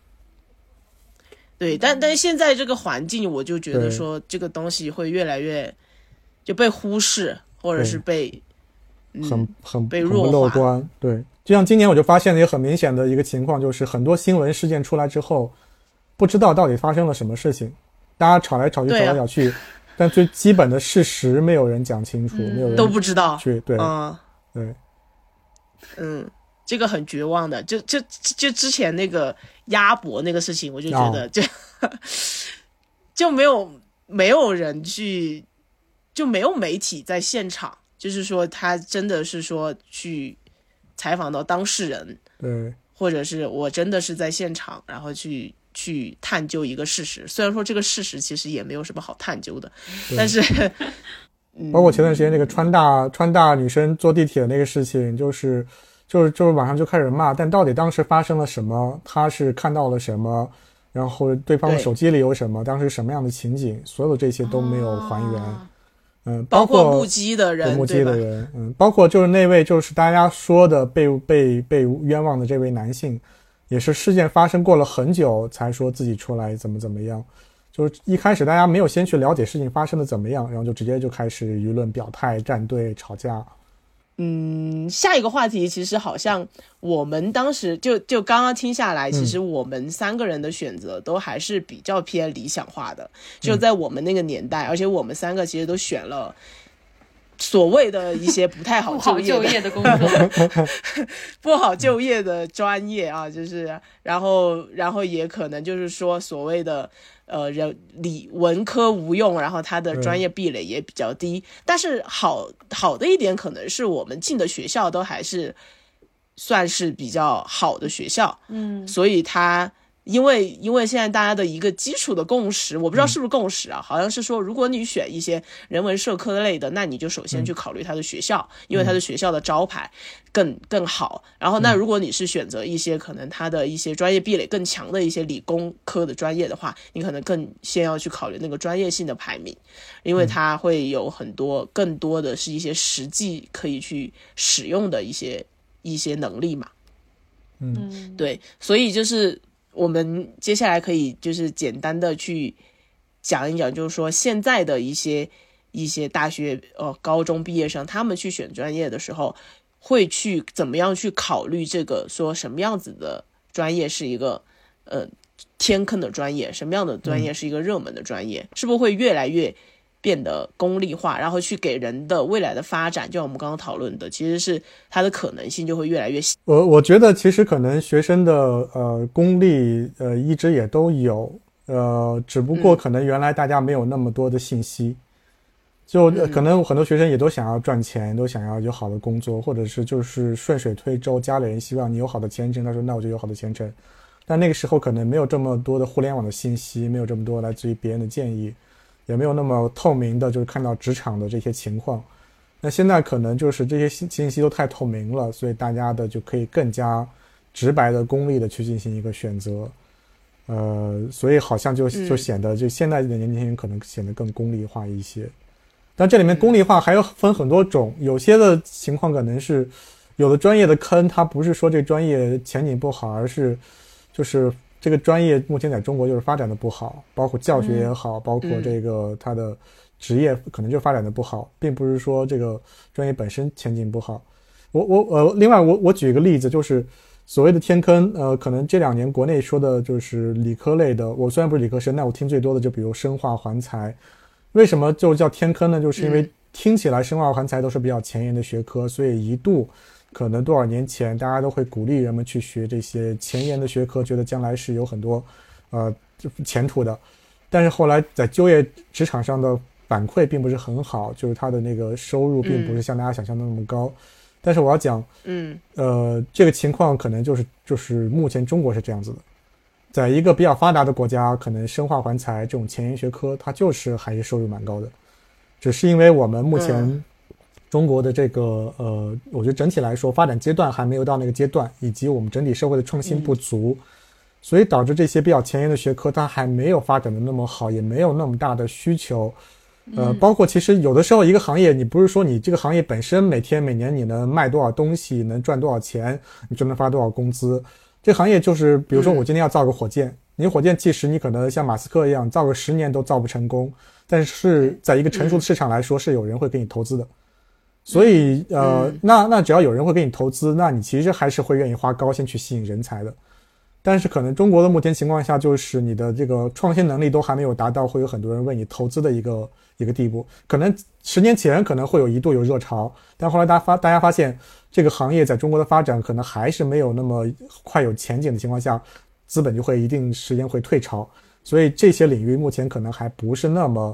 Speaker 2: 对，但但现在这个环境，我就觉得说这个东西会越来越就被忽视，或者是被
Speaker 4: 嗯很很
Speaker 2: 被弱化。
Speaker 4: 很不乐观。对，就像今年我就发现了一个很明显的一个情况，就是很多新闻事件出来之后，不知道到底发生了什么事情，大家吵来吵去，吵来吵去，啊、但最基本的事实没有人讲清楚，嗯、没有人
Speaker 2: 都不知道。
Speaker 4: 去对，
Speaker 2: 嗯，
Speaker 4: 对，
Speaker 2: 嗯。这个很绝望的，就就就之前那个鸭脖那个事情，我就觉得就、哦、就没有没有人去就没有媒体在现场，就是说他真的是说去采访到当事人，
Speaker 4: 对，
Speaker 2: 或者是我真的是在现场，然后去去探究一个事实。虽然说这个事实其实也没有什么好探究的，但是
Speaker 4: 包括前段时间那个川大川大女生坐地铁的那个事情，就是就是就是网上就开始骂，但到底当时发生了什么，他是看到了什么，然后对方的手机里有什么，当时什么样的情景，所有这些都没有还原。哦嗯，包括
Speaker 2: 目击的人，
Speaker 4: 目击的人，嗯，包括就是那位就是大家说的被被被冤枉的这位男性，也是事件发生过了很久才说自己出来怎么怎么样，就是一开始大家没有先去了解事情发生的怎么样，然后就直接就开始舆论表态、站队、吵架。
Speaker 2: 嗯，下一个话题其实好像我们当时就就刚刚听下来，其实我们三个人的选择都还是比较偏理想化的，就在我们那个年代，而且我们三个其实都选了所谓的一些不太好就业的,
Speaker 3: 不好就业的工作
Speaker 2: 不好就业的专业啊，就是然后然后也可能就是说所谓的呃人理文科无用，然后他的专业壁垒也比较低，但是好好的一点可能是我们进的学校都还是算是比较好的学校，
Speaker 3: 嗯，
Speaker 2: 所以他因为因为现在大家的一个基础的共识，我不知道是不是共识啊，好像是说如果你选一些人文社科类的，那你就首先去考虑他的学校，因为他的学校的招牌更更好。然后那如果你是选择一些可能他的一些专业壁垒更强的一些理工科的专业的话，你可能更先要去考虑那个专业性的排名，因为它会有很多更多的是一些实际可以去使用的一些一些能力嘛。
Speaker 4: 嗯，
Speaker 2: 对，所以就是我们接下来可以就是简单的去讲一讲，就是说现在的一些一些大学呃高中毕业生，他们去选专业的时候会去怎么样去考虑这个，说什么样子的专业是一个呃天坑的专业，什么样的专业是一个热门的专业，是不是会越来越变得功利化，然后去给人的未来的发展，就像我们刚刚讨论的，其实是它的可能性就会越来越小。
Speaker 4: 我我觉得其实可能学生的呃功利呃一直也都有，呃只不过可能原来大家没有那么多的信息，嗯、就、呃、可能很多学生也都想要赚钱，都想要有好的工作，或者是就是顺水推舟，家里人希望你有好的前程，他说那我就有好的前程，但那个时候可能没有这么多的互联网的信息，没有这么多来自于别人的建议，也没有那么透明的就是看到职场的这些情况。那现在可能就是这些信息都太透明了，所以大家的就可以更加直白的功利的去进行一个选择，呃，所以好像就就显得就现在的年轻人可能显得更功利化一些。但这里面功利化还有分很多种，有些的情况可能是有的专业的坑，它不是说这个专业前景不好，而是就是这个专业目前在中国就是发展的不好，包括教学也好，包括这个它的职业可能就发展的不好，并不是说这个专业本身前景不好。我我呃，另外我我举一个例子，就是所谓的天坑，呃，可能这两年国内说的就是理科类的，我虽然不是理科生，但我听最多的就比如生化环材。为什么就叫天坑呢？就是因为听起来生化环材都是比较前沿的学科，所以一度可能多少年前大家都会鼓励人们去学这些前沿的学科，觉得将来是有很多呃前途的。但是后来在就业职场上的反馈并不是很好，就是他的那个收入并不是像大家想象的那么高。嗯、但是我要讲，
Speaker 2: 嗯，
Speaker 4: 呃，这个情况可能就是就是目前中国是这样子的，在一个比较发达的国家，可能生化环材这种前沿学科，它就是还是收入蛮高的，只是因为我们目前中国的这个、嗯、呃，我觉得整体来说发展阶段还没有到那个阶段，以及我们整体社会的创新不足。嗯，所以导致这些比较前沿的学科它还没有发展的那么好，也没有那么大的需求。呃，包括其实有的时候一个行业，你不是说你这个行业本身每天每年你能卖多少东西，能赚多少钱，你就能发多少工资。这个行业就是比如说我今天要造个火箭，你火箭其实你可能像马斯克一样造个十年都造不成功，但是在一个成熟的市场来说是有人会给你投资的。所以呃，那那只要有人会给你投资，那你其实还是会愿意花高薪去吸引人才的。但是可能中国的目前情况下，就是你的这个创新能力都还没有达到会有很多人为你投资的一个一个地步。可能十年前可能会有一度有热潮，但后来大家发大家发现这个行业在中国的发展可能还是没有那么快有前景的情况下，资本就会一定时间会退潮。所以这些领域目前可能还不是那么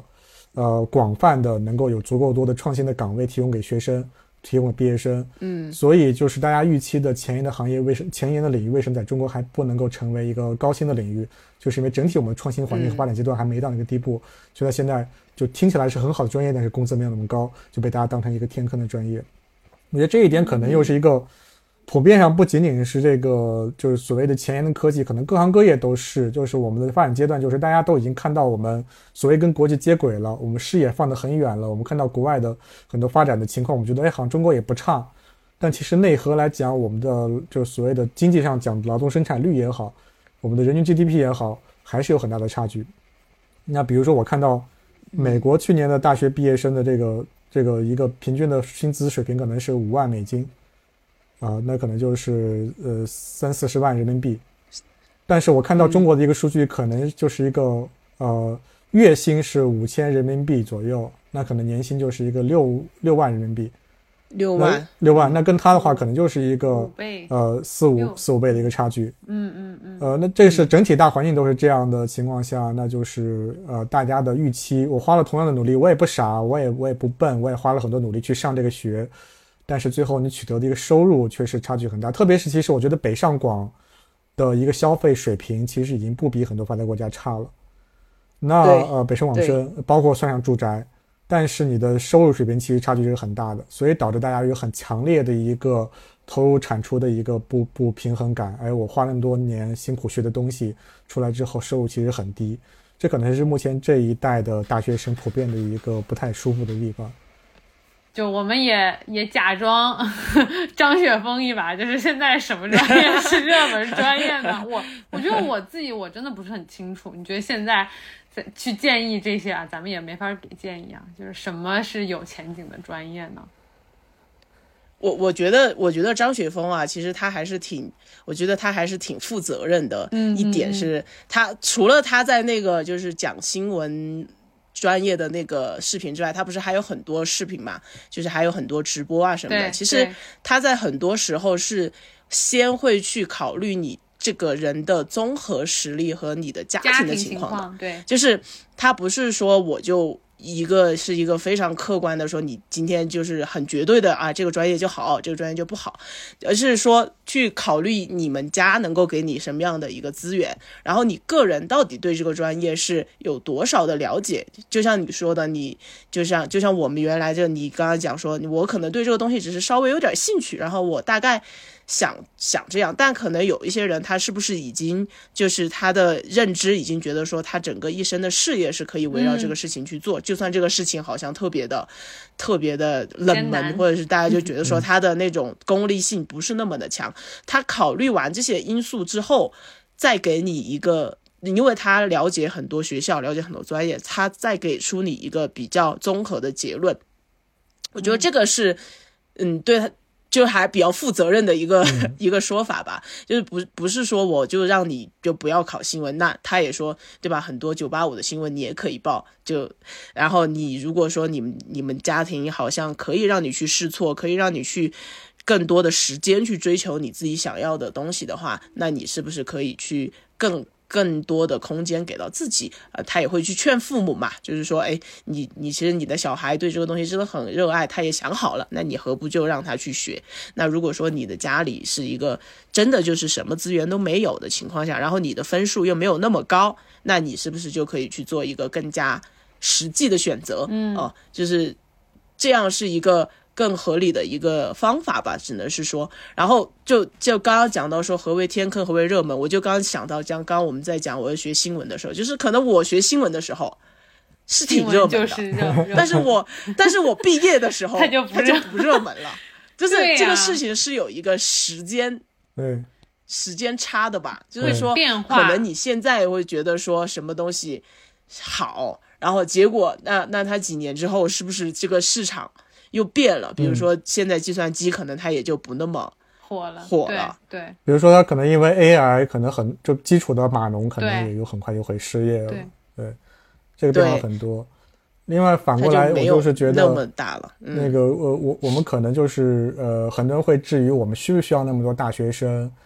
Speaker 4: 呃广泛的能够有足够多的创新的岗位提供给学生，提供给毕业生。
Speaker 2: 嗯，
Speaker 4: 所以就是大家预期的前沿的行业为什前沿的领域为什么在中国还不能够成为一个高薪的领域，就是因为整体我们创新环境和发展阶段还没到那个地步，所以它现在就听起来是很好的专业，但是工资没有那么高，就被大家当成一个天坑的专业。我觉得这一点可能又是一个普遍上不仅仅是这个就是所谓的前沿的科技，可能各行各业都是，就是我们的发展阶段就是大家都已经看到我们所谓跟国际接轨了，我们视野放得很远了，我们看到国外的很多发展的情况，我们觉得哎好像中国也不差，但其实内核来讲，我们的就是所谓的经济上讲劳动生产率也好，我们的人均 G D P 也好，还是有很大的差距。那比如说我看到美国去年的大学毕业生的这个这个一个平均的薪资水平可能是五万美金啊、呃，那可能就是呃三四十万人民币。但是我看到中国的一个数据，可能就是一个呃月薪是五千人民币左右，那可能年薪就是一个六六万人民币。
Speaker 2: 六万
Speaker 4: 六万，那跟他的话可能就是一个
Speaker 3: 五倍
Speaker 4: 呃四五四五倍的一个差距。
Speaker 3: 嗯嗯嗯。
Speaker 4: 呃，那这是整体大环境都是这样的情况下，那就是呃大家的预期，我花了同样的努力，我也不傻，我也我也不笨，我也花了很多努力去上这个学，但是最后你取得的一个收入却是差距很大。特别是其实我觉得北上广的一个消费水平其实已经不比很多发达国家差了。那呃北上广深包括算上住宅。但是你的收入水平其实差距是很大的，所以导致大家有很强烈的一个投入产出的一个不不平衡感。哎，我花那么多年辛苦学的东西出来之后，收入其实很低，这可能是目前这一代的大学生普遍的一个不太舒服的地方。
Speaker 3: 就我们也也假装呵呵张雪峰一把，就是现在什么专业是热门专业呢？我我觉得我自己我真的不是很清楚。你觉得现在去建议这些啊，咱们也没法给建议啊。就是什么是有前景的专业呢？
Speaker 2: 我我觉得，我觉得张雪峰啊，其实他还是挺，我觉得他还是挺负责任的。
Speaker 3: 嗯，
Speaker 2: 一点是他除了他在那个就是讲新闻专业的那个视频之外，他不是还有很多视频嘛，就是还有很多直播啊什么的。其实他在很多时候是先会去考虑你这个人的综合实力和你的家庭的情况的。
Speaker 3: 情况对，
Speaker 2: 就是他不是说我就一个是一个非常客观的说你今天就是很绝对的啊这个专业就好，这个专业就不好，而是说去考虑你们家能够给你什么样的一个资源，然后你个人到底对这个专业是有多少的了解。就像你说的，你就像就像我们原来就你刚刚讲说我可能对这个东西只是稍微有点兴趣，然后我大概想想这样，但可能有一些人他是不是已经就是他的认知已经觉得说他整个一生的事业是可以围绕这个事情去做、嗯、就算这个事情好像特别的特别的冷门，或者是大家就觉得说他的那种功利性不是那么的强，他考虑完这些因素之后再给你一个，因为他了解很多学校了解很多专业，他再给出你一个比较综合的结论。我觉得这个是嗯对他就还比较负责任的一个、嗯、一个说法吧，就是不不是说我就让你就不要考新闻，那他也说对吧，很多九八五的新闻你也可以报，就然后你如果说你们你们家庭好像可以让你去试错，可以让你去更多的时间去追求你自己想要的东西的话，那你是不是可以去更更多的空间给到自己，呃，他也会去劝父母嘛，就是说，哎，你你其实你的小孩对这个东西真的很热爱，他也想好了，那你何不就让他去学？那如果说你的家里是一个真的就是什么资源都没有的情况下，然后你的分数又没有那么高，那你是不是就可以去做一个更加实际的选择？嗯，哦、呃，就是这样是一个更合理的一个方法吧，只能是说，然后就就刚刚讲到说何为天坑何为热门，我就刚刚想到像刚刚我们在讲我学新闻的时候，就是可能我学新闻的时候是挺热门的，
Speaker 3: 就是热门
Speaker 2: 但是我但是我毕业的时候
Speaker 3: 它就不
Speaker 2: 它就不热门了，就是这个事情是有一个时间
Speaker 4: 对
Speaker 2: 时间差的吧，就是说可能你现在会觉得说什么东西好，然后结果那那它几年之后是不是这个市场又变了，比如说现在计算机可能它也就不那么
Speaker 3: 火了
Speaker 2: 火了
Speaker 3: 对, 对
Speaker 4: 比如说它可能因为 A I 可能很就基础的码农可能也有很快就会失业了， 对, 对这个变化很多。另外反过来我就是觉得
Speaker 2: 那么大了、嗯、
Speaker 4: 那个呃我我们可能就是呃很多人会质疑我们需不需要那么多大学生，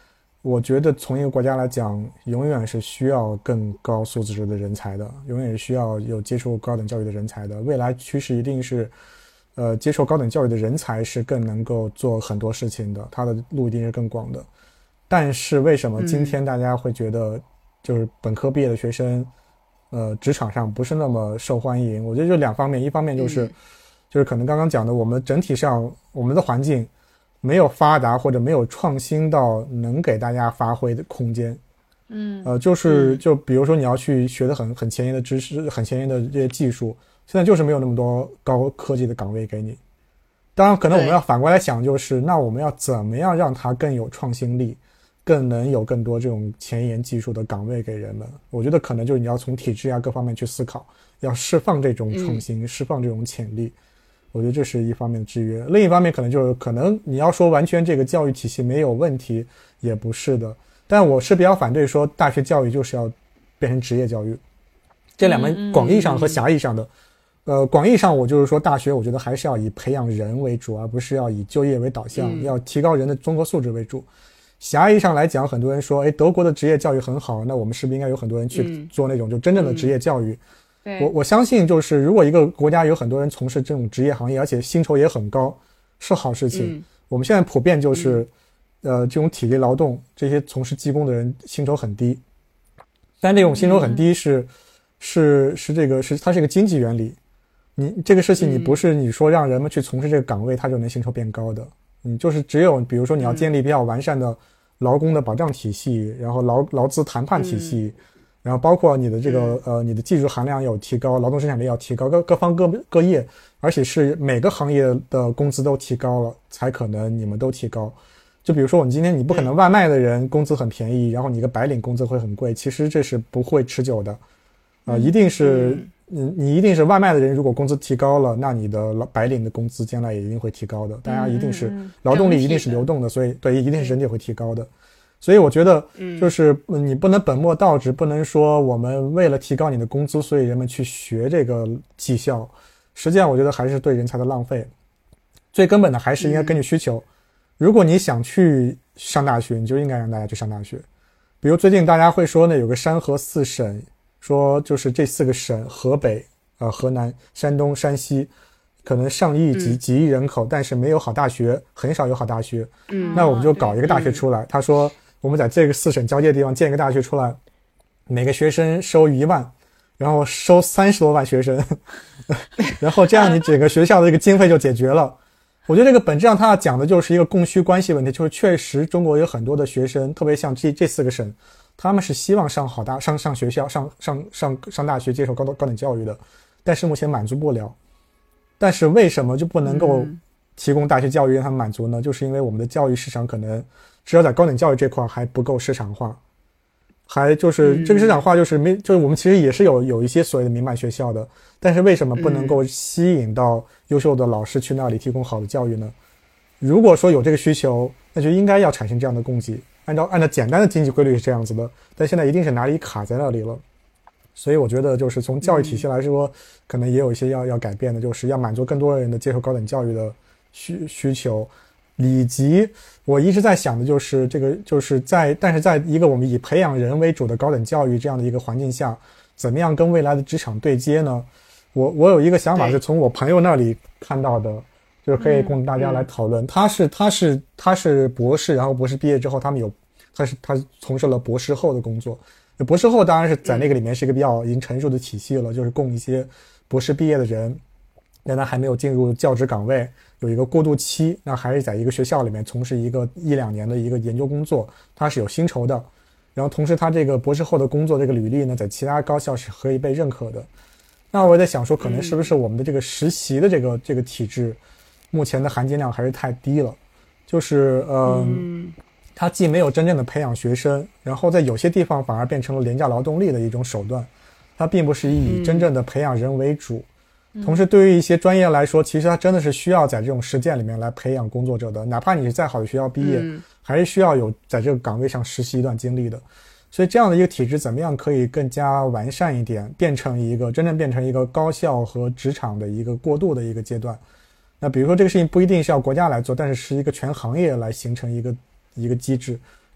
Speaker 4: 我觉得从一个国家来讲，永远是需要更高素质的人才的，永远是需要有接受高等教育的人才的。未来趋势一定是，呃，接受高等教育的人才是更能够做很多事情的，他的路一定是更广的。但是为什么今天大家会觉得，就是本科毕业的学生，嗯、呃，职场上不是那么受欢迎？我觉得就两方面，一方面就是，嗯、就是可能刚刚讲的，我们整体上我们的环境没有发达或者没有创新到能给大家发挥的空间。
Speaker 3: 嗯，
Speaker 4: 呃，就是就比如说你要去学的很很前沿的知识，很前沿的这些技术，现在就是没有那么多高科技的岗位给你。当然，可能我们要反过来想，就是那我们要怎么样让它更有创新力，更能有更多这种前沿技术的岗位给人们？我觉得可能就是你要从体制啊各方面去思考，要释放这种创新，嗯、释放这种潜力。我觉得这是一方面的制约，另一方面可能就是可能你要说完全这个教育体系没有问题，也不是的。但我是比较反对说大学教育就是要变成职业教育，这两门广义上和狭义上的。呃，广义上我就是说大学我觉得还是要以培养人为主，而不是要以就业为导向，要提高人的综合素质为主。狭义上来讲，很多人说，哎，德国的职业教育很好，那我们是不是应该有很多人去做那种就真正的职业教育？嗯
Speaker 3: 对，
Speaker 4: 我我相信就是如果一个国家有很多人从事这种职业行业，而且薪酬也很高，是好事情。嗯、我们现在普遍就是，嗯、呃，这种体力劳动，这些从事技工的人薪酬很低，但这种薪酬很低是、嗯、是是这个是它是一个经济原理。你这个事情你不是你说让人们去从事这个岗位，他就能薪酬变高的。你就是只有比如说你要建立比较完善的劳工的保障体系，然后劳劳资谈判体系。嗯然后包括你的这个呃，你的技术含量要提高，劳动生产力要提高，各各方各各业，而且是每个行业的工资都提高了，才可能你们都提高。就比如说我们今天你不可能外卖的人工资很便宜，然后你一个白领工资会很贵，其实这是不会持久的，啊、呃，一定是你你一定是外卖的人，如果工资提高了，那你的白领的工资将来也一定会提高的。大家一定是劳动力一定是流动的，所以对，一定是人也会提高的。所以我觉得就是你不能本末倒置，不能说我们为了提高你的工资，所以人们去学这个技校，实际上我觉得还是对人才的浪费。最根本的还是应该根据需求，如果你想去上大学，你就应该让大家去上大学。比如最近大家会说呢，有个山河四省，说就是这四个省，河北、呃河南、山东、山西，可能上亿几几亿人口，但是没有好大学，很少有好大学。嗯，那我们就搞一个大学出来。他说我们在这个四省交界的地方建一个大学出来，每个学生收一万，然后收三十多万学生，然后这样你整个学校的这个经费就解决了。我觉得这个本质上他讲的就是一个供需关系问题，就是确实中国有很多的学生，特别像这这四个省，他们是希望上好大上上学校上上上上大学接受高高等教育的，但是目前满足不了。但是为什么就不能够提供大学教育让他们满足呢？就是因为我们的教育市场可能只有在高等教育这块还不够市场化，还就是这个市场化就是没就是我们其实也是有有一些所谓的民办学校的，但是为什么不能够吸引到优秀的老师去那里提供好的教育呢？如果说有这个需求，那就应该要产生这样的供给，按照按照简单的经济规律是这样子的，但现在一定是哪里卡在那里了。所以我觉得就是从教育体系来说，可能也有一些要要改变的，就是要满足更多人的接受高等教育的需需求，以及我一直在想的就是这个就是在但是在一个我们以培养人为主的高等教育这样的一个环境下，怎么样跟未来的职场对接呢？我我有一个想法是从我朋友那里看到的，就是可以供大家来讨论。嗯嗯、他是他是他是博士，然后博士毕业之后，他们有他是他从事了博士后的工作。博士后当然是在那个里面是一个比较已经成熟的体系了，就是供一些博士毕业的人，但他还没有进入教职岗位，有一个过渡期，那还是在一个学校里面从事一个一两年的一个研究工作，他是有薪酬的。然后同时他这个博士后的工作这个履历呢，在其他高校是可以被认可的。那我在想说，可能是不是我们的这个实习的这个这个体制，目前的含金量还是太低了，就是呃嗯。它既没有真正的培养学生，然后在有些地方反而变成了廉价劳动力的一种手段，它并不是以真正的培养人为主。嗯、同时对于一些专业来说，其实它真的是需要在这种实践里面来培养工作者的，哪怕你是再好的学校毕业、嗯、还是需要有在这个岗位上实习一段经历的。所以这样的一个体制怎么样可以更加完善一点，变成一个真正变成一个高校和职场的一个过渡的一个阶段。那比如说这个事情不一定是要国家来做，但是是一个全行业来形成一个一个机制，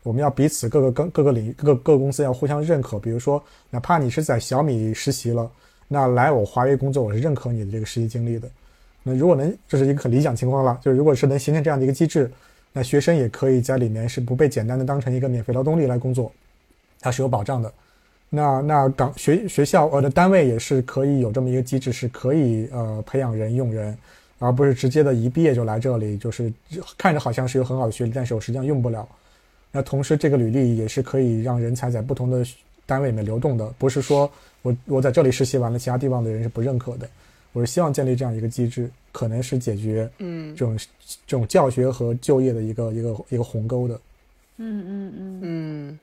Speaker 4: 我们要彼此各个各各个领域各个各个公司要互相认可。比如说，哪怕你是在小米实习了，那来我华为工作，我是认可你的这个实习经历的。那如果能，这是一个很理想情况了，就是如果是能形成这样的一个机制，那学生也可以在里面是不被简单的当成一个免费劳动力来工作，它是有保障的。那那岗学学校呃的单位也是可以有这么一个机制，是可以呃培养人用人，而不是直接的一毕业就来这里，就是看着好像是有很好的学历，但是我实际上用不了。那同时这个履历也是可以让人才在不同的单位里面流动的，不是说我我在这里实习完了，其他地方的人是不认可的。我是希望建立这样一个机制，可能是解决嗯这种、嗯、这种教学和就业的一个一个一个鸿沟的。
Speaker 3: 嗯嗯嗯
Speaker 2: 嗯，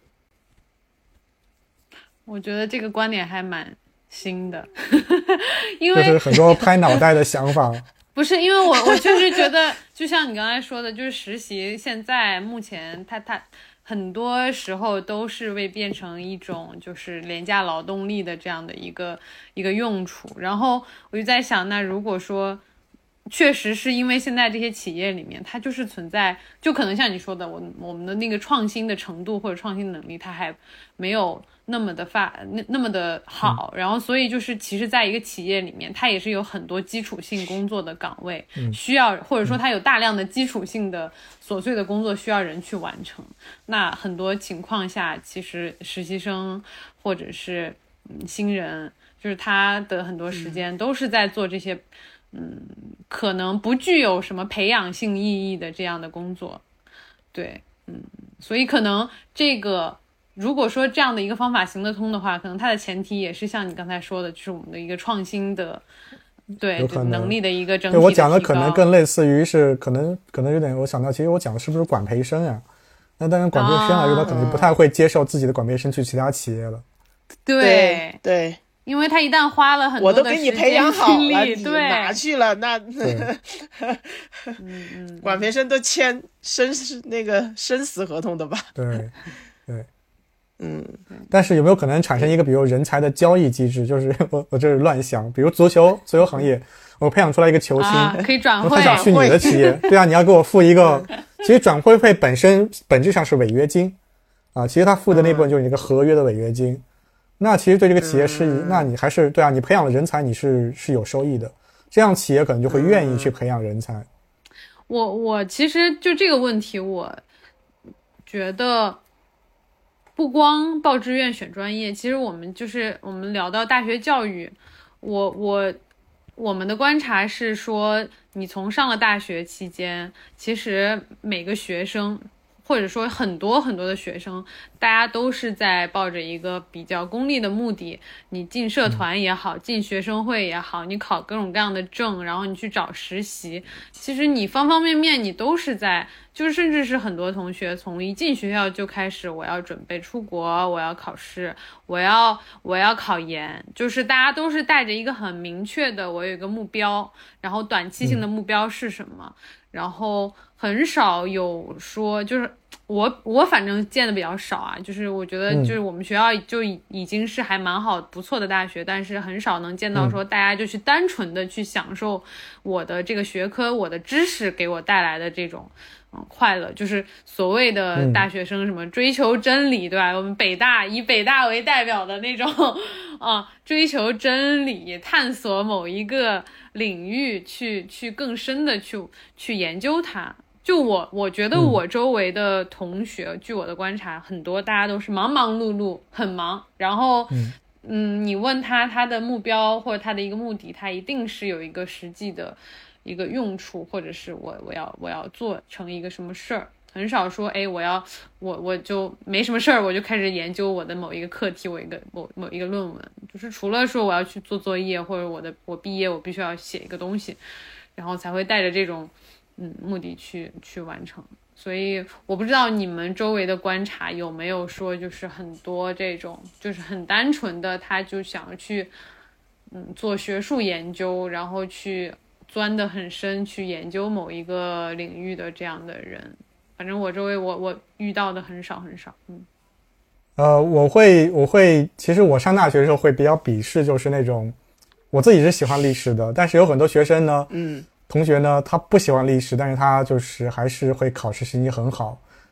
Speaker 3: 我觉得这个观点还蛮新的，因为
Speaker 4: 就是很多拍脑袋的想法。
Speaker 3: 不是，因为我我确实觉得，就像你刚才说的，就是实习现在目前它它很多时候都是为变成一种就是廉价劳动力的这样的一个一个用处。然后我就在想，那如果说确实是因为现在这些企业里面它就是存在，就可能像你说的，我我们的那个创新的程度或者创新能力它还没有那么的发那那么的好、嗯、然后所以就是其实在一个企业里面它也是有很多基础性工作的岗位、嗯、需要，或者说它有大量的基础性的琐碎的工作需要人去完成。那很多情况下其实实习生或者是、嗯、新人就是他的很多时间都是在做这些嗯可能不具有什么培养性意义的这样的工作。对，嗯，所以可能这个如果说这样的一个方法行得通的话，可能它的前提也是像你刚才说的，就是我们的一个创新的对能力的一个整体的提高。
Speaker 4: 对，我讲的可能更类似于是可能可能有点，我想到其实我讲的是不是管培生啊？那当然管培生来说、啊、他可能不太会接受自己的管培生去其他企业了。
Speaker 3: 对
Speaker 2: 对，
Speaker 3: 因为他一旦花了很多的
Speaker 2: 我都给你培养好了，你
Speaker 3: 对
Speaker 2: 拿去了，那
Speaker 3: 嗯嗯，
Speaker 2: 管培生都签生那个生死合同的吧？
Speaker 4: 对对。
Speaker 2: 嗯，
Speaker 4: 但是有没有可能产生一个比如人才的交易机制？就是我我这是乱想，比如足球足球行业，我培养出来一个球星、啊、
Speaker 3: 可以转会，
Speaker 4: 我想去你的企业，对啊，你要给我付一个，其实转会费本身本质上是违约金啊，其实他付的那部分就是一个合约的违约金。嗯、那其实对这个企业是、嗯，那你还是对啊，你培养了人才，你是是有收益的，这样企业可能就会愿意去培养人才。嗯、
Speaker 3: 我我其实就这个问题，我觉得。不光报志愿选专业，其实我们就是我们聊到大学教育，我我我们的观察是说，你从上了大学期间，其实每个学生或者说很多很多的学生，大家都是在抱着一个比较功利的目的，你进社团也好，进学生会也好，你考各种各样的证，然后你去找实习，其实你方方面面你都是在，就是甚至是很多同学从一进学校就开始，我要准备出国，我要考试，我要我要考研，就是大家都是带着一个很明确的，我有一个目标，然后短期性的目标是什么，嗯、然后很少有说，就是我我反正见的比较少啊，就是我觉得就是我们学校就已已经是还蛮好不错的大学，但是很少能见到说大家就去单纯的去享受我的这个学科，我的知识给我带来的这种嗯快乐，就是所谓的大学生什么追求真理，对吧？我们北大以北大为代表的那种啊，追求真理，探索某一个领域，去去更深的去去研究它。就我我觉得我周围的同学、嗯、据我的观察，很多大家都是忙忙碌碌，很忙，然后 嗯, 嗯你问他他的目标或者他的一个目的，他一定是有一个实际的一个用处，或者是我我要我要做成一个什么事儿，很少说哎我要我我就没什么事儿我就开始研究我的某一个课题，我一个某某一个论文，就是除了说我要去做作业，或者我的我毕业我必须要写一个东西，然后才会带着这种嗯，目的去去完成。所以我不知道你们周围的观察有没有说，就是很多这种就是很单纯的，他就想要去嗯做学术研究，然后去钻得很深，去研究某一个领域的这样的人。反正我周围我我遇到的很少很少。嗯，
Speaker 4: 呃，我会我会，其实我上大学的时候会比较鄙视，就是那种我自己是喜欢历史的，但是有很多学生呢，嗯。同学呢他不喜欢历史，但是他就是还是会考试成绩很好，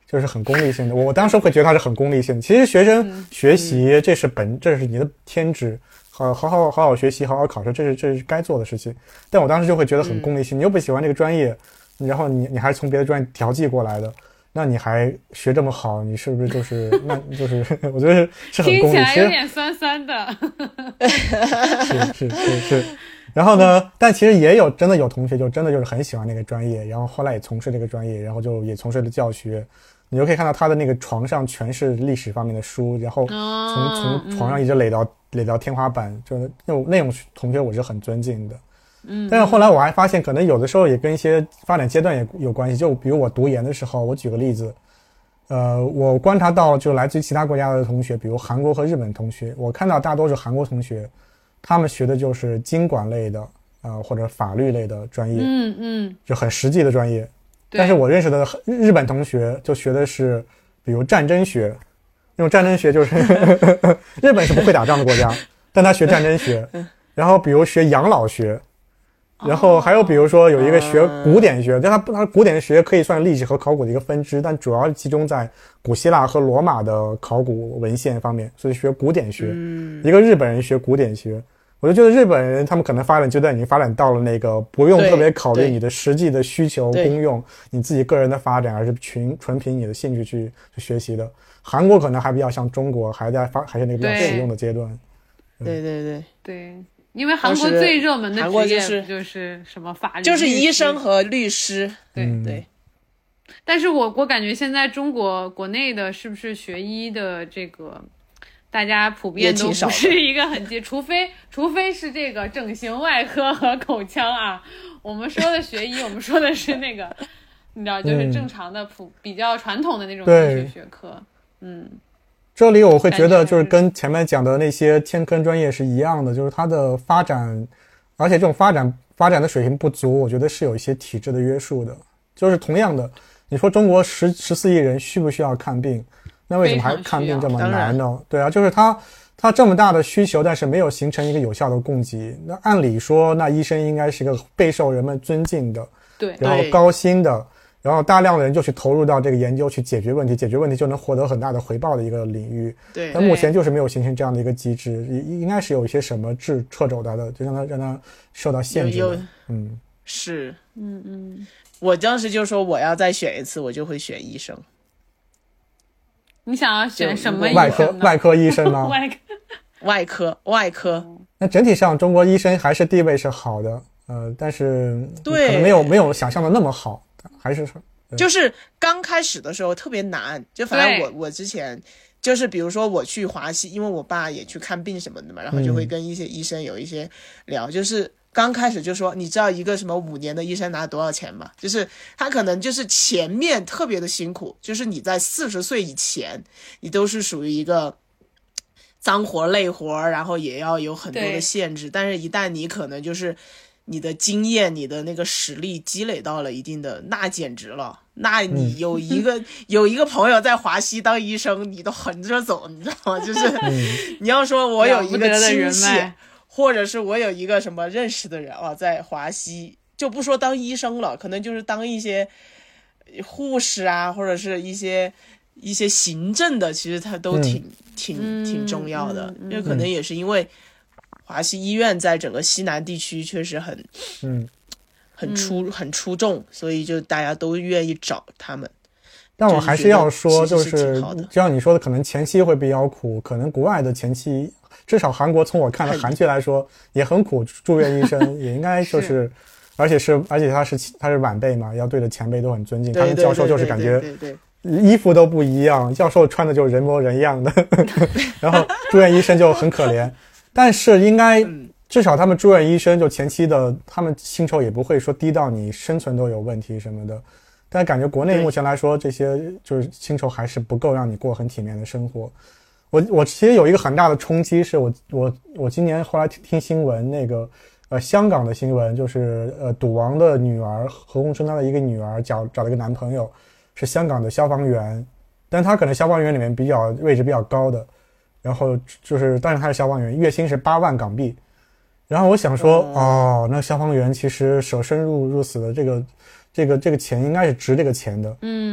Speaker 4: 就是很功利性的。我我当时会觉得它是很功利性的。其实学生学习这是本，这是你的天职，好好好好好学习，好好考试，这是这是该做的事情。但我当时就会觉得很功利性，你又不喜欢这个专业，然后你你还是从别的专业调剂过来的。那你还学这么好，你是不是就是那就是我觉得是是很功利，
Speaker 3: 听起来有点酸酸的。
Speaker 4: 是是是是。然后呢，但其实也有真的有同学就真的就是很喜欢那个专业，然后后来也从事这个专业，然后就也从事了教学。你就可以看到他的那个床上全是历史方面的书，然后从、哦、从床上一直垒到、嗯、垒到天花板，就是那种那种同学我是很尊敬的。嗯，但是后来我还发现，可能有的时候也跟一些发展阶段也有关系。就比如我读研的时候，我举个例子，呃，我观察到就来自于其他国家的同学，比如韩国和日本同学，我看到大多数韩国同学，他们学的就是经管类的，呃，或者法律类的专业，
Speaker 3: 嗯嗯，
Speaker 4: 就很实际的专业。但是我认识的日本同学就学的是，比如战争学，那种战争学就是日本是不会打仗的国家，但他学战争学，然后比如学养老学。然后还有比如说有一个学古典学，但它它古典学可以算历史和考古的一个分支，但主要集中在古希腊和罗马的考古文献方面，所以学古典学。一个日本人学古典学，我就觉得日本人他们可能发展阶段已经发展到了那个不用特别考虑你的实际的需求功用，你自己个人的发展，而是纯纯凭你的兴趣去去学习的。韩国可能还比较像中国，还在发还是那个比较实用的阶段。
Speaker 2: 对对对
Speaker 3: 对。因为韩国最热门的职业就是就是什么法律，
Speaker 2: 就是医生和律师。
Speaker 3: 对、
Speaker 2: 嗯、对。
Speaker 3: 但是我我感觉现在中国国内的是不是学医的这个，大家普遍都不是一个很接，除非除非是这个整形外科和口腔啊。我们说的学医，我们说的是那个，你知道，就是正常的普、嗯、比较传统的那种医学学科。嗯。
Speaker 4: 这里我会觉得就是跟前面讲的那些天坑专业是一样的，就是它的发展，而且这种发展发展的水平不足，我觉得是有一些体制的约束的。就是同样的，你说中国十十四亿人需不需要看病？那为什么还看病这么难呢？对啊，就是它它这么大的需求，但是没有形成一个有效的供给。那按理说，那医生应该是一个备受人们尊敬的，
Speaker 3: 对，
Speaker 4: 然后高薪的。然后大量的人就去投入到这个研究去解决问题，解决问题就能获得很大的回报的一个领域。
Speaker 2: 对，
Speaker 4: 但目前就是没有形成这样的一个机制，应该是有一些什么制掣肘它的，就让它让它受到限制的。嗯，
Speaker 2: 是，
Speaker 3: 嗯嗯。
Speaker 2: 我当时就说我要再选一次，我就会选医生。
Speaker 3: 你想要选什么医生？
Speaker 4: 外科外科医生吗？
Speaker 3: 外科
Speaker 2: 外科外科。
Speaker 4: 那整体上中国医生还是地位是好的，呃，但是可能没有没有想象的那么好。还是说
Speaker 2: 就是刚开始的时候特别难，就反正我我之前就是比如说我去华西，因为我爸也去看病什么的嘛，然后就会跟一些医生有一些聊、嗯、就是刚开始就说你知道一个什么五年的医生拿多少钱吗？就是他可能就是前面特别的辛苦，就是你在四十岁以前你都是属于一个脏活累活，然后也要有很多的限制，但是一旦你可能就是你的经验你的那个实力积累到了一定的，那简直了，那你有一个、嗯、有一个朋友在华西当医生你都横着走，你知道吗？就是、嗯、你要说我有一个亲戚或者是我有一个什么认识的人啊，在华西就不说当医生了，可能就是当一些护士啊，或者是一些一些行政的，其实他都挺、嗯、挺挺重要的、嗯、因为可能也是因为华西医院在整个西南地区确实很
Speaker 4: 嗯
Speaker 2: 很出很出众，所以就大家都愿意找他们。
Speaker 4: 但我还是要说，就是就像你说的，可能前期会比较苦，可能国外的前期，至少韩国从我看的韩剧来说也很苦，住院医生也应该就是，而且是而且他是他是晚辈嘛，要对着前辈都很尊敬，他们教授就是感觉衣服都不一样，教授穿的就人模人样的，然后住院医生就很可怜。但是应该至少他们住院医生就前期的他们薪酬也不会说低到你生存都有问题什么的，但感觉国内目前来说这些就是薪酬还是不够让你过很体面的生活。我我其实有一个很大的冲击，是我我我今年后来听新闻，那个呃香港的新闻，就是呃赌王的女儿何鸿燊他的一个女儿找找了一个男朋友，是香港的消防员，但他可能消防员里面比较位置比较高的。然后就是，但是他是消防员，月薪是八万港币。然后我想说，哦，那消防员其实舍身入入死的这个，这个这个钱应该是值这个钱的。
Speaker 3: 嗯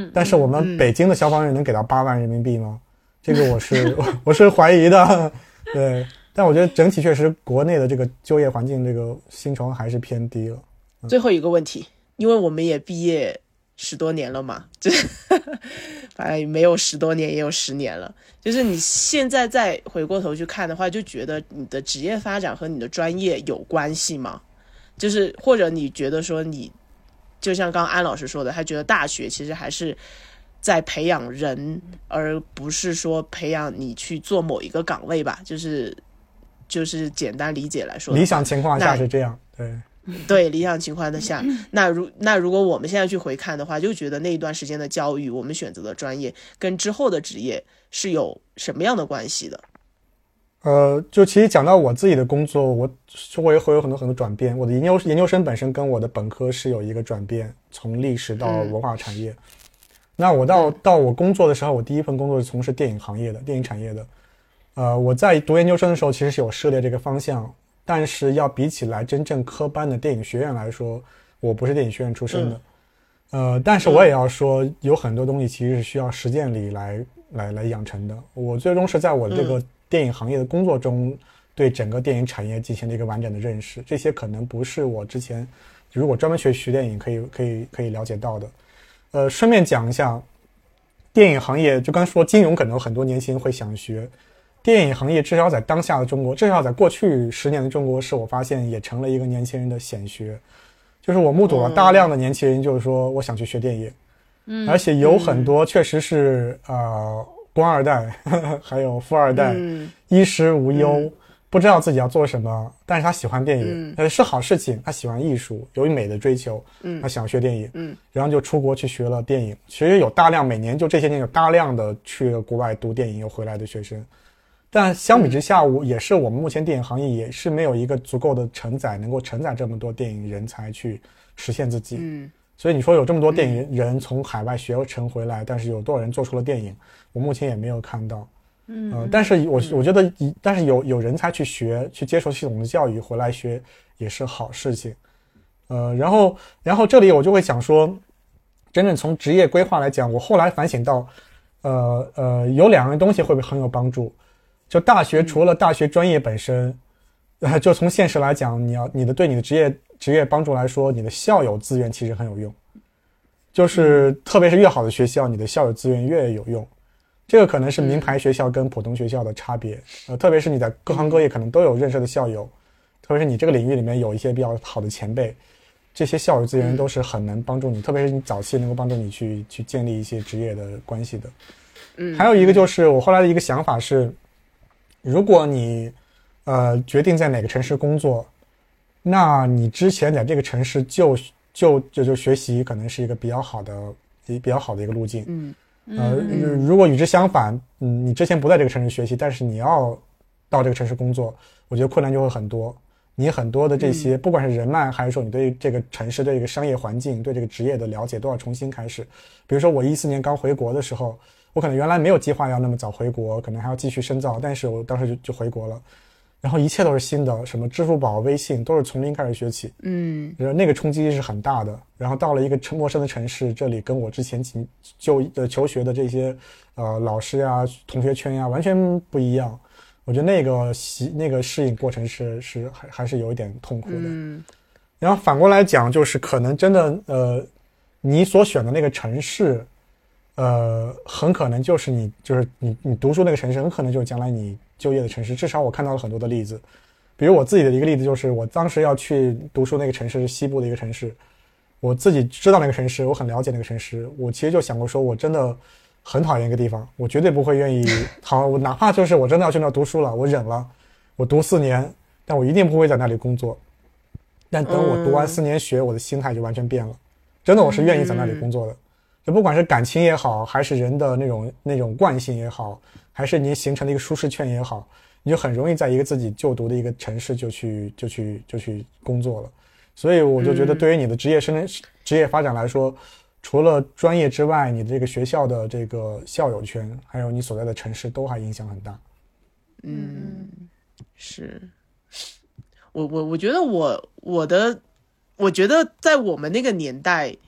Speaker 4: 但是我们北京的消防员能给到八万人民币吗？这个我是我是怀疑的。对，但我觉得整体确实国内的这个就业环境这个薪酬还是偏低了。
Speaker 2: 最后一个问题，因为我们也毕业十多年了嘛，这反正没有十多年也有十年了，就是你现在再回过头去看的话，就觉得你的职业发展和你的专业有关系吗？就是或者你觉得说你就像刚刚安老师说的，他觉得大学其实还是在培养人，而不是说培养你去做某一个岗位吧，就是就是简单理解来说，
Speaker 4: 理想情况下是这样。对
Speaker 2: 对，理想情况的下，那如那如果我们现在去回看的话，就觉得那一段时间的教育，我们选择的专业跟之后的职业是有什么样的关系的？
Speaker 4: 呃，就其实讲到我自己的工作，我我也会有很多很多转变。我的研究研究生本身跟我的本科是有一个转变，从历史到文化产业。嗯、那我到到我工作的时候，我第一份工作是从事电影行业的，电影产业的。呃，我在读研究生的时候，其实是有涉猎这个方向。但是要比起来真正科班的电影学院来说，我不是电影学院出身的。嗯、呃，但是我也要说，有很多东西其实是需要实践里来来来养成的。我最终是在我这个电影行业的工作中，对整个电影产业进行了一个完整的认识。这些可能不是我之前如果专门学学电影可以可以可以了解到的。呃，顺便讲一下，电影行业就刚说金融，可能很多年轻人会想学。电影行业至少在当下的中国，至少在过去十年的中国，是我发现也成了一个年轻人的显学。就是我目睹了大量的年轻人，就是说我想去学电影，嗯，而且有很多确实是呃官二代呵呵还有富二代，嗯，衣食无忧，嗯，不知道自己要做什么，但是他喜欢电影，嗯，是好事情。他喜欢艺术，有美的追求，嗯，他想学电影，嗯，然后就出国去学了电影。其实有大量每年就这些年有大量的去了国外读电影又回来的学生。但相比之下，我也是我们目前电影行业也是没有一个足够的承载，能够承载这么多电影人才去实现自己。嗯，所以你说有这么多电影人从海外学成回来，但是有多少人做出了电影，我目前也没有看到。嗯，呃、但是我我觉得，但是有有人才去学，去接受系统的教育，回来学也是好事情。呃，然后然后这里我就会想说，真正从职业规划来讲，我后来反省到，呃呃，有两样东西会不会很有帮助。就大学除了大学专业本身，呃，就从现实来讲，你要你的对你的职业职业帮助来说，你的校友资源其实很有用。就是特别是越好的学校，你的校友资源越有用。这个可能是名牌学校跟普通学校的差别。呃，特别是你在各行各业可能都有认识的校友，特别是你这个领域里面有一些比较好的前辈，这些校友资源都是很能帮助你，特别是你早期能够帮助你去去建立一些职业的关系的。嗯，还有一个就是我后来的一个想法是，如果你呃决定在哪个城市工作，那你之前在这个城市就就就就学习可能是一个比较好的比较好的一个路径。嗯，呃，如果与之相反，嗯，你之前不在这个城市学习，但是你要到这个城市工作，我觉得困难就会很多。你很多的这些，不管是人脉，还是说你对这个城市、对这个商业环境、对这个职业的了解，都要重新开始。比如说我一四年刚回国的时候，我可能原来没有计划要那么早回国，可能还要继续深造，但是我当时就就回国了，然后一切都是新的，什么支付宝、微信都是从零开始学起，嗯，那个冲击是很大的。然后到了一个陌生的城市，这里跟我之前就呃求学的这些呃老师呀、同学圈呀完全不一样，我觉得那个习那个适应过程是是还还是有一点痛苦的。嗯，然后反过来讲，就是可能真的呃，你所选的那个城市。呃，很可能就是你，就是你，你读书那个城市，很可能就是将来你就业的城市。至少我看到了很多的例子，比如我自己的一个例子，就是我当时要去读书那个城市是西部的一个城市，我自己知道那个城市，我很了解那个城市，我其实就想过说，我真的很讨厌一个地方，我绝对不会愿意好，我哪怕就是我真的要去那读书了，我忍了，我读四年，但我一定不会在那里工作。但等我读完四年学，我的心态就完全变了，真的我是愿意在那里工作的。就不管是感情也好，还是人的那种那种惯性也好，还是你形成的一个舒适圈也好，你就很容易在一个自己就读的一个城市就去就去就去工作了。所以我就觉得，对于你的职业生职业发展来说，除了专业之外，你的这个学校的这个校友圈，还有你所在的城市，都还影响很大。
Speaker 2: 嗯，是我我我觉得我我的我觉得在我们那个年代。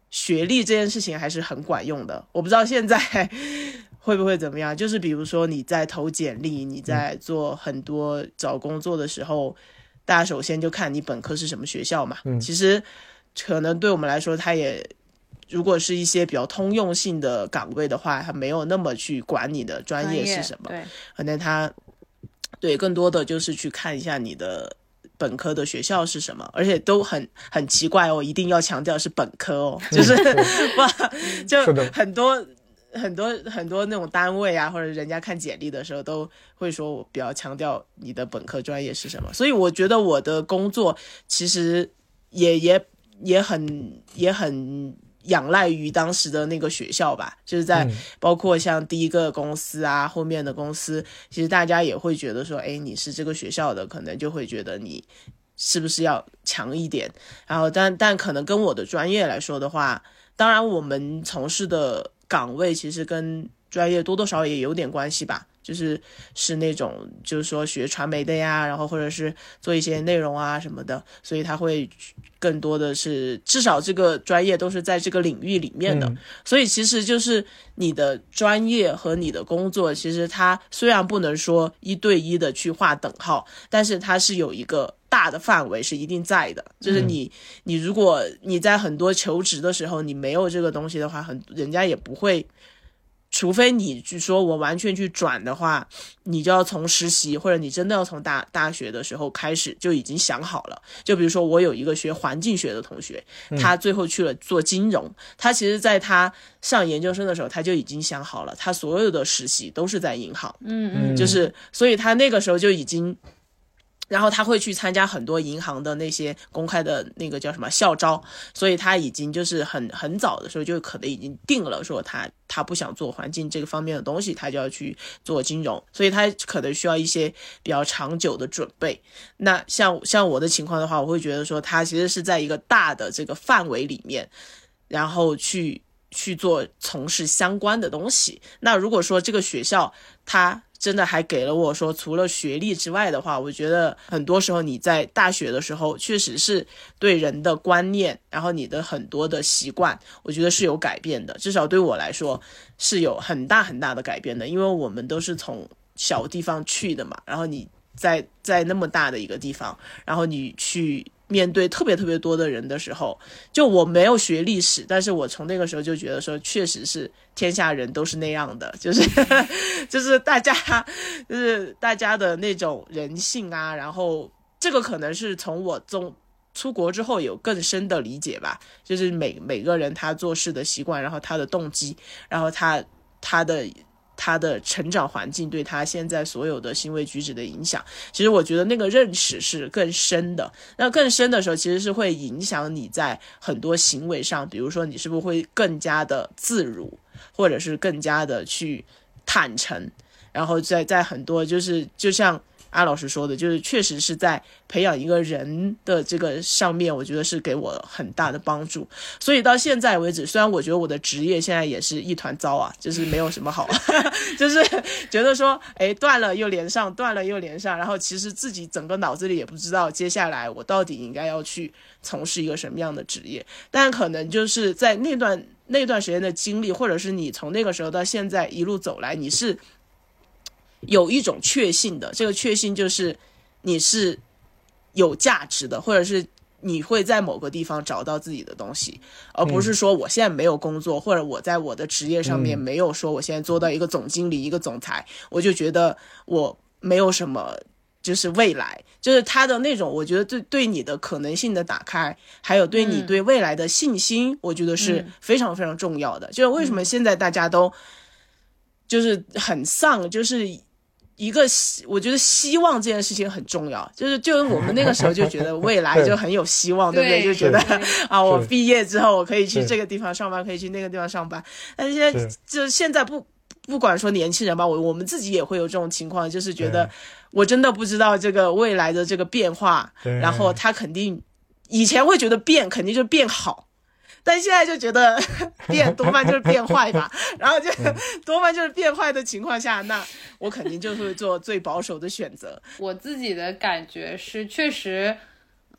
Speaker 2: 学历这件事情还是很管用的。我不知道现在会不会怎么样，就是比如说你在投简历，你在做很多找工作的时候、嗯、大家首先就看你本科是什么学校嘛、嗯、其实可能对我们来说，它也如果是一些比较通用性的岗位的话，它没有那么去管你的专业是什么，
Speaker 3: 对，
Speaker 2: 可能它对更多的就是去看一下你的本科的学校是什么，而且都很很奇怪哦，一定要强调是本科哦，就是不就很多很多很多那种单位啊，或者人家看简历的时候都会说我比较强调你的本科专业是什么，所以我觉得我的工作其实也也也很也很仰赖于当时的那个学校吧，就是在包括像第一个公司啊、嗯、后面的公司，其实大家也会觉得说，哎，你是这个学校的，可能就会觉得你是不是要强一点，然后但但可能跟我的专业来说的话，当然我们从事的岗位其实跟专业多多少少也有点关系吧，就是是那种就是说学传媒的呀，然后或者是做一些内容啊什么的，所以他会更多的是至少这个专业都是在这个领域里面的、嗯、所以其实就是你的专业和你的工作，其实它虽然不能说一对一的去划等号，但是它是有一个大的范围是一定在的，就是你、嗯、你如果你在很多求职的时候你没有这个东西的话，很人家也不会，除非你去说我完全去转的话，你就要从实习或者你真的要从大大学的时候开始就已经想好了。就比如说我有一个学环境学的同学，他最后去了做金融、嗯、他其实在他上研究生的时候他就已经想好了，他所有的实习都是在银行，
Speaker 3: 嗯嗯，
Speaker 2: 就是所以他那个时候就已经，然后他会去参加很多银行的那些公开的那个叫什么校招，所以他已经就是很很早的时候就可能已经定了说他他不想做环境这个方面的东西，他就要去做金融，所以他可能需要一些比较长久的准备。那像像我的情况的话，我会觉得说他其实是在一个大的这个范围里面，然后去去做从事相关的东西。那如果说这个学校他真的还给了我说除了学历之外的话，我觉得很多时候你在大学的时候确实是对人的观念，然后你的很多的习惯我觉得是有改变的，至少对我来说是有很大很大的改变的，因为我们都是从小地方去的嘛，然后你在在那么大的一个地方，然后你去面对特别特别多的人的时候，就我没有学历史，但是我从那个时候就觉得说确实是天下人都是那样的，就是就是大家就是大家的那种人性啊，然后这个可能是从我中出国之后有更深的理解吧，就是每每个人他做事的习惯，然后他的动机，然后他他的他的成长环境对他现在所有的行为举止的影响，其实我觉得那个认识是更深的，那更深的时候其实是会影响你在很多行为上，比如说你是不是会更加的自如，或者是更加的去坦诚，然后在在很多就是就像安老师说的，就是确实是在培养一个人的这个上面，我觉得是给我很大的帮助。所以到现在为止，虽然我觉得我的职业现在也是一团糟啊，就是没有什么好就是觉得说哎，断了又连上，断了又连上，然后其实自己整个脑子里也不知道接下来我到底应该要去从事一个什么样的职业，但可能就是在那段那段时间的经历，或者是你从那个时候到现在一路走来，你是有一种确信的，这个确信就是你是有价值的，或者是你会在某个地方找到自己的东西，而不是说我现在没有工作、嗯、或者我在我的职业上面没有说我现在做到一个总经理、嗯、一个总裁，我就觉得我没有什么就是未来，就是他的那种我觉得对对你的可能性的打开，还有对你对未来的信心、嗯、我觉得是非常非常重要的、嗯、就是为什么现在大家都就是很丧，就是一个我觉得希望这件事情很重要，就是就是我们那个时候就觉得未来就很有希望对不对，就觉得啊我毕业之后我可以去这个地方上班，可以去那个地方上班，但是现在就现在不不管说年轻人吧，我我们自己也会有这种情况，就是觉得我真的不知道这个未来的这个变化，然后他肯定以前会觉得变肯定就变好，但现在就觉得变多半就是变坏吧然后就多半就是变坏的情况下，那我肯定就会做最保守的选择。
Speaker 3: 我自己的感觉是确实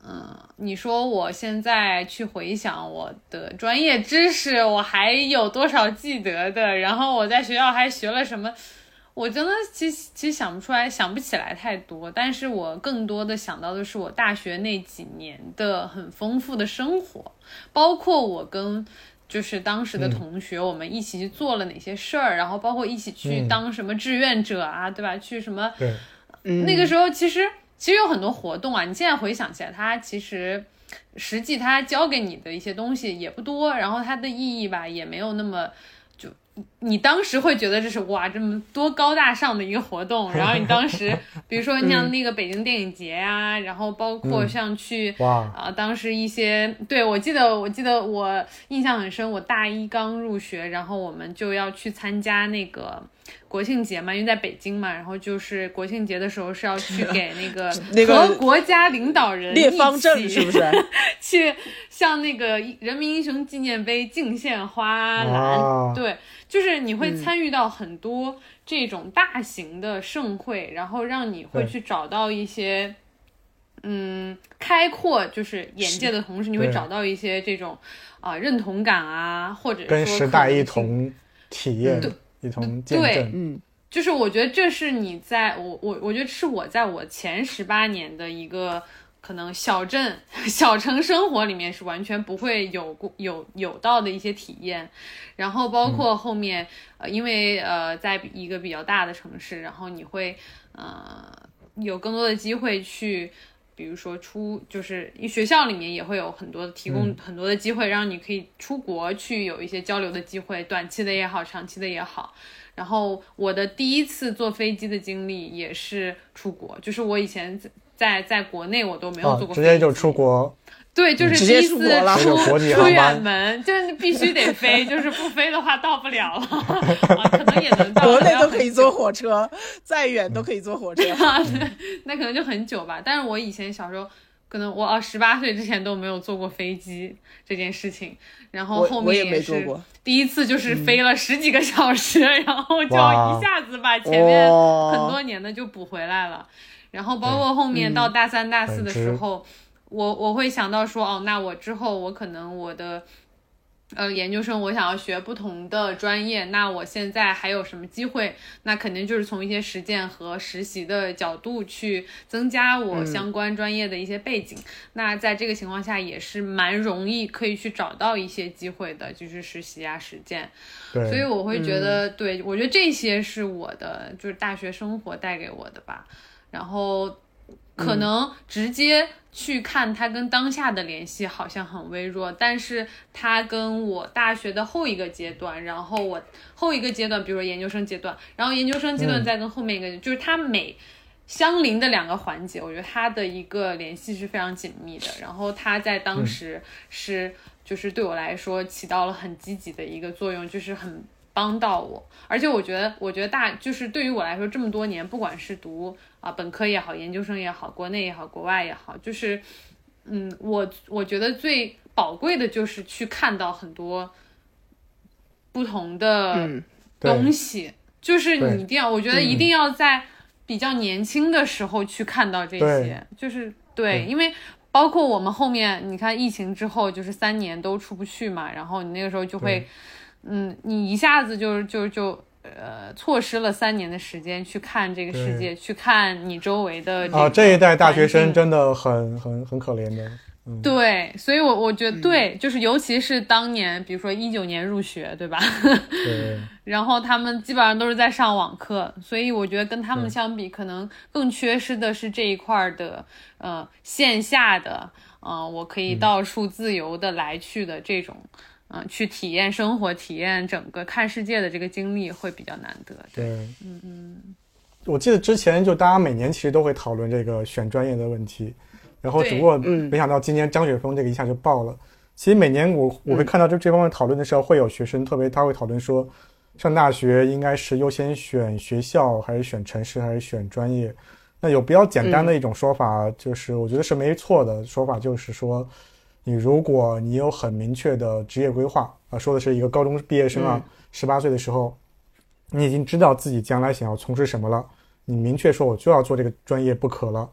Speaker 3: 嗯，你说我现在去回想我的专业知识，我还有多少记得的？然后我在学校还学了什么？我真的其实其实想不出来，想不起来太多。但是我更多的想到的是我大学那几年的很丰富的生活，包括我跟就是当时的同学，我们一起去做了哪些事儿，嗯、然后包括一起去当什么志愿者啊，嗯、对吧？去什么？
Speaker 4: 对，
Speaker 3: 嗯，那个时候其实。其实有很多活动啊，你现在回想起来，它其实实际它教给你的一些东西也不多，然后它的意义吧也没有那么就你当时会觉得这是哇这么多高大上的一个活动，然后你当时比如说像那个北京电影节啊，然后包括像去、嗯、啊、呃、当时一些对我记得我记得我印象很深，我大一刚入学，然后我们就要去参加那个国庆节嘛，因为在北京嘛，然后就是国庆节的时候是要去给那个和国家领导人
Speaker 2: 列方阵，是不是？
Speaker 3: 去向那个人民英雄纪念碑敬献花篮，对，就是你会参与到很多这种大型的盛会，嗯、然后让你会去找到一些，嗯，开阔就是眼界的同时，你会找到一些这种啊、呃、认同感啊，或者说
Speaker 4: 跟时代一同体验。嗯一同见证，
Speaker 3: 对，嗯，就是我觉得这是你在我我我觉得是我在我前十八年的一个可能小镇小城生活里面是完全不会有有有到的一些体验，然后包括后面、嗯、呃因为呃在一个比较大的城市，然后你会呃有更多的机会去。比如说出就是学校里面也会有很多提供很多的机会，让你可以出国去有一些交流的机会，短期的也好，长期的也好。然后我的第一次坐飞机的经历也是出国，就是我以前在在国内我都没有坐过飞机、哦、直
Speaker 4: 接就出国。
Speaker 3: 对，就是第一次出
Speaker 4: 出
Speaker 3: 远门，就是必须得飞，就是不飞的话到不了了。啊、可能也能到，
Speaker 2: 国内都可以坐火车，再远都可以坐火车。
Speaker 3: 啊、对，那可能就很久吧。但是我以前小时候，可能我啊十八岁之前都没有坐过飞机这件事情，然后后面也是第一次就是飞了十几个小时，嗯、然后就一下子把前面很多年的就补回来了。然后包括后面到大三大四的时候。嗯我我会想到说，哦，那我之后我可能我的，呃，研究生我想要学不同的专业，那我现在还有什么机会？那肯定就是从一些实践和实习的角度去增加我相关专业的一些背景。嗯、那在这个情况下也是蛮容易可以去找到一些机会的，就是实习啊、实践。
Speaker 4: 对，
Speaker 3: 所以我会觉得，嗯、对，我觉得这些是我的就是大学生活带给我的吧。然后可能直接去看它跟当下的联系好像很微弱，但是它跟我大学的后一个阶段，然后我后一个阶段比如说研究生阶段，然后研究生阶段再跟后面一个、嗯、就是它每相邻的两个环节，我觉得它的一个联系是非常紧密的，然后它在当时是、嗯、就是对我来说起到了很积极的一个作用，就是很帮到我。而且我觉得我觉得大就是对于我来说这么多年，不管是读啊本科也好，研究生也好，国内也好，国外也好，就是嗯我我觉得最宝贵的就是去看到很多不同的东西、嗯、就是你一定要我觉得一定要在比较年轻的时候去看到这些，就是对，因为包括我们后面你看疫情之后就是三年都出不去嘛，然后你那个时候就会嗯，你一下子就就就呃错失了三年的时间去看这个世界，去看你周围的
Speaker 4: 啊，这一代大学生真的很很很可怜的。嗯、
Speaker 3: 对，所以我我觉得对、嗯，就是尤其是当年，比如说一九年入学，对吧？
Speaker 4: 对。然
Speaker 3: 后他们基本上都是在上网课，所以我觉得跟他们相比，可能更缺失的是这一块的呃线下的，嗯、呃，我可以到处自由的来去的这种。嗯，去体验生活，体验整个看世界的这个经历会比较难得。
Speaker 4: 对，
Speaker 3: 嗯嗯。
Speaker 4: 我记得之前就大家每年其实都会讨论这个选专业的问题，然后只不过没想到今年张雪峰这个一下就爆了。其实每年我我会看到这这方面讨论的时候，会有学生特别他会讨论说，上大学应该是优先选学校，还是选城市，还是选专业？那有比较简单的一种说法，嗯、就是我觉得是没错的说法，就是说。你如果你有很明确的职业规划啊，说的是一个高中毕业生啊，十八岁的时候，你已经知道自己将来想要从事什么了，你明确说我就要做这个专业不可了，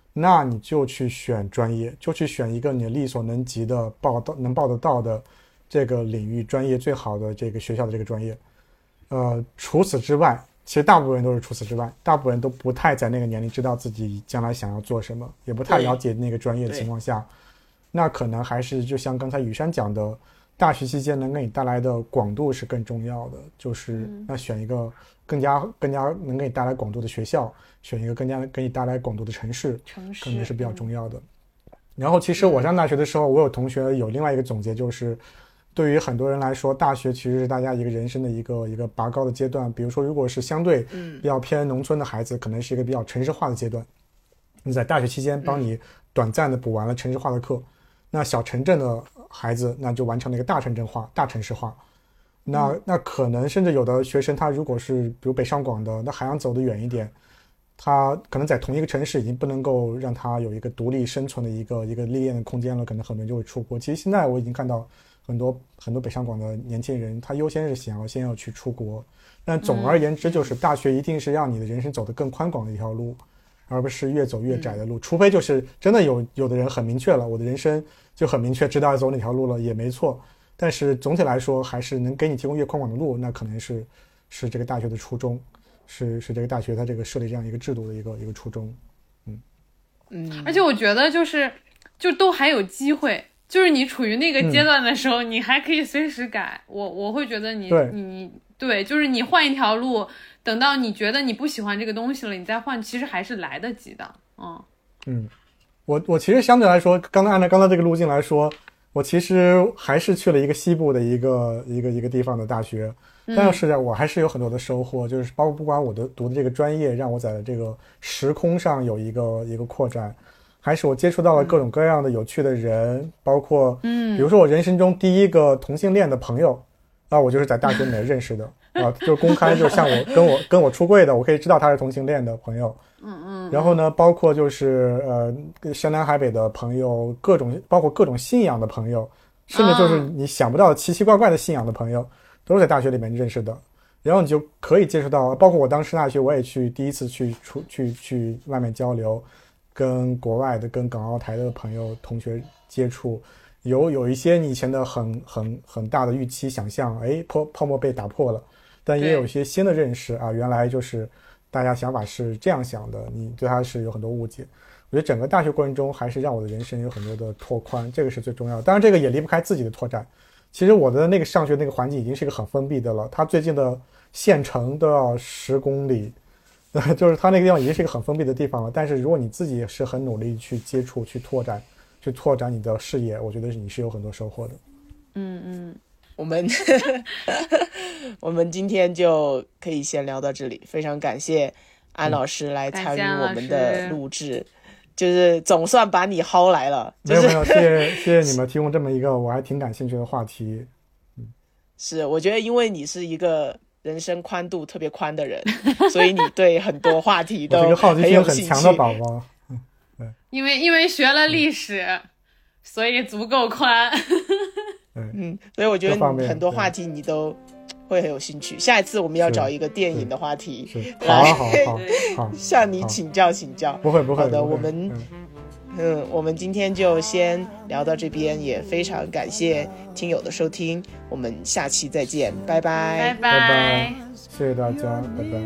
Speaker 4: 那你就去选专业，就去选一个你力所能及的报到能报得到的这个领域专业最好的这个学校的这个专业。呃，除此之外，其实大部分人都是除此之外，大部分人都不太在那个年龄知道自己将来想要做什么，也不太了解那个专业的情况下，那可能还是就像刚才雨山讲的，大学期间能给你带来的广度是更重要的，就是那选一个更加更加能给你带来广度的学校，选一个更加给你带来广度的城市，
Speaker 3: 城市
Speaker 4: 可能是比较重要的。嗯、然后其实我上大学的时候，我有同学有另外一个总结，就是对于很多人来说，大学其实是大家一个人生的一个一个拔高的阶段。比如说，如果是相对比较偏农村的孩子，可能是一个比较城市化的阶段。你在大学期间帮你短暂的补完了城市化的课，嗯、那小城镇的孩子那就完成了一个大城镇化、大城市化。那那可能甚至有的学生，他如果是比如北上广的，那还想走得远一点，他可能在同一个城市已经不能够让他有一个独立生存的一个一个历练的空间了，可能很多人就会出国。其实现在我已经看到很多很多北上广的年轻人，他优先是想要先要去出国。但总而言之，就是大学一定是让你的人生走得更宽广的一条路，而不是越走越窄的路。除非就是真的有有的人很明确了，我的人生就很明确知道要走哪条路了，也没错。但是总体来说，还是能给你提供越宽广的路，那可能是是这个大学的初衷，是是这个大学它这个设立这样一个制度的一个一个初衷。嗯
Speaker 3: 嗯，而且我觉得就是就都还有机会。就是你处于那个阶段的时候，嗯、你还可以随时改。我我会觉得你你对，就是你换一条路，等到你觉得你不喜欢这个东西了，你再换，其实还是来得及的。嗯
Speaker 4: 嗯，我我其实相对来说，刚刚按照刚才这个路径来说，我其实还是去了一个西部的一个一个一个地方的大学，但是我还是有很多的收获，就是包括不管我的读的这个专业，让我在这个时空上有一个一个扩展。还是我接触到了各种各样的有趣的人，嗯、包括，嗯，比如说我人生中第一个同性恋的朋友，啊，我就是在大学里面认识的，啊，就公开就像我跟我跟我出柜的，我可以知道他是同性恋的朋友，嗯嗯。然后呢，包括就是呃山南海北的朋友，各种包括各种信仰的朋友，甚至就是你想不到奇奇怪怪的信仰的朋友，都是在大学里面认识的。然后你就可以接触到，包括我当时大学我也去第一次去出去去外面交流。跟国外的、跟港澳台的朋友、同学接触，有有一些你以前的很很很大的预期想象，哎，泡泡沫被打破了，但也有一些新的认识啊，原来就是大家想法是这样想的，你对它是有很多误解。我觉得整个大学过程中，还是让我的人生有很多的拓宽，这个是最重要的。当然，这个也离不开自己的拓展。其实我的那个上学那个环境已经是一个很封闭的了，它最近的县城都要十公里。就是它那个地方已经是一个很封闭的地方了，但是如果你自己也是很努力去接触、去拓展、去拓展你的视野，我觉得你是有很多收获的。
Speaker 3: 嗯嗯，
Speaker 2: 我们我们今天就可以先聊到这里，非常感谢安老师来参与我们的录制，就是总算把你薅来了。就是、
Speaker 4: 没有没有，谢谢谢谢你们提供这么一个我还挺感兴趣的话题。
Speaker 2: 嗯，是，我觉得因为你是一个人生宽度特别宽的人，所以你对很多话题都很有兴趣。我是一个好奇心很强的宝宝。
Speaker 3: 嗯，对。因为因为学了历史，嗯、所以足够宽。
Speaker 2: 嗯，所以我觉得你很多话题你都会很有兴趣。下一次我们要找一个电影的话题
Speaker 4: 来，好好好，
Speaker 2: 向你请教请教。
Speaker 4: 不会不会。
Speaker 2: 好的，我们。嗯嗯，我们今天就先聊到这边，也非常感谢听友的收听，我们下期再见，拜拜，
Speaker 3: 拜拜，
Speaker 4: 谢谢大家，拜拜。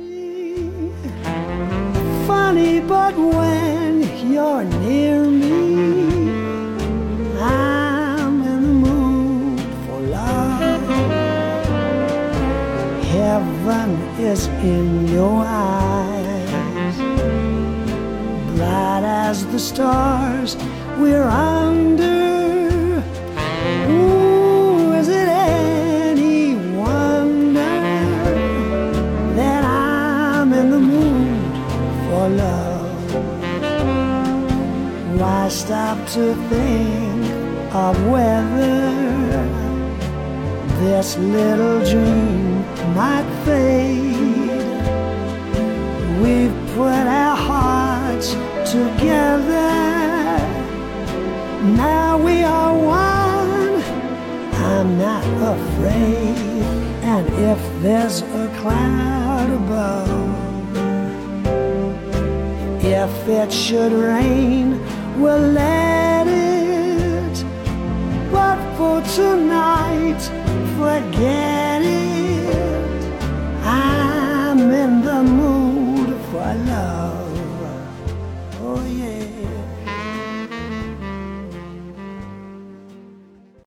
Speaker 1: Funny, but when you're near me, I'm in the mood for love. Heaven is in your eyes.Bright as the stars we're under. Ooh, is it any wonder that I'm in the mood for love? Why stop to think of whether this little dream might fade?We've put our hearts together. Now we are one. I'm not afraid. And if there's a cloud above, If it should rain, we'll let it. But for tonight, forget it.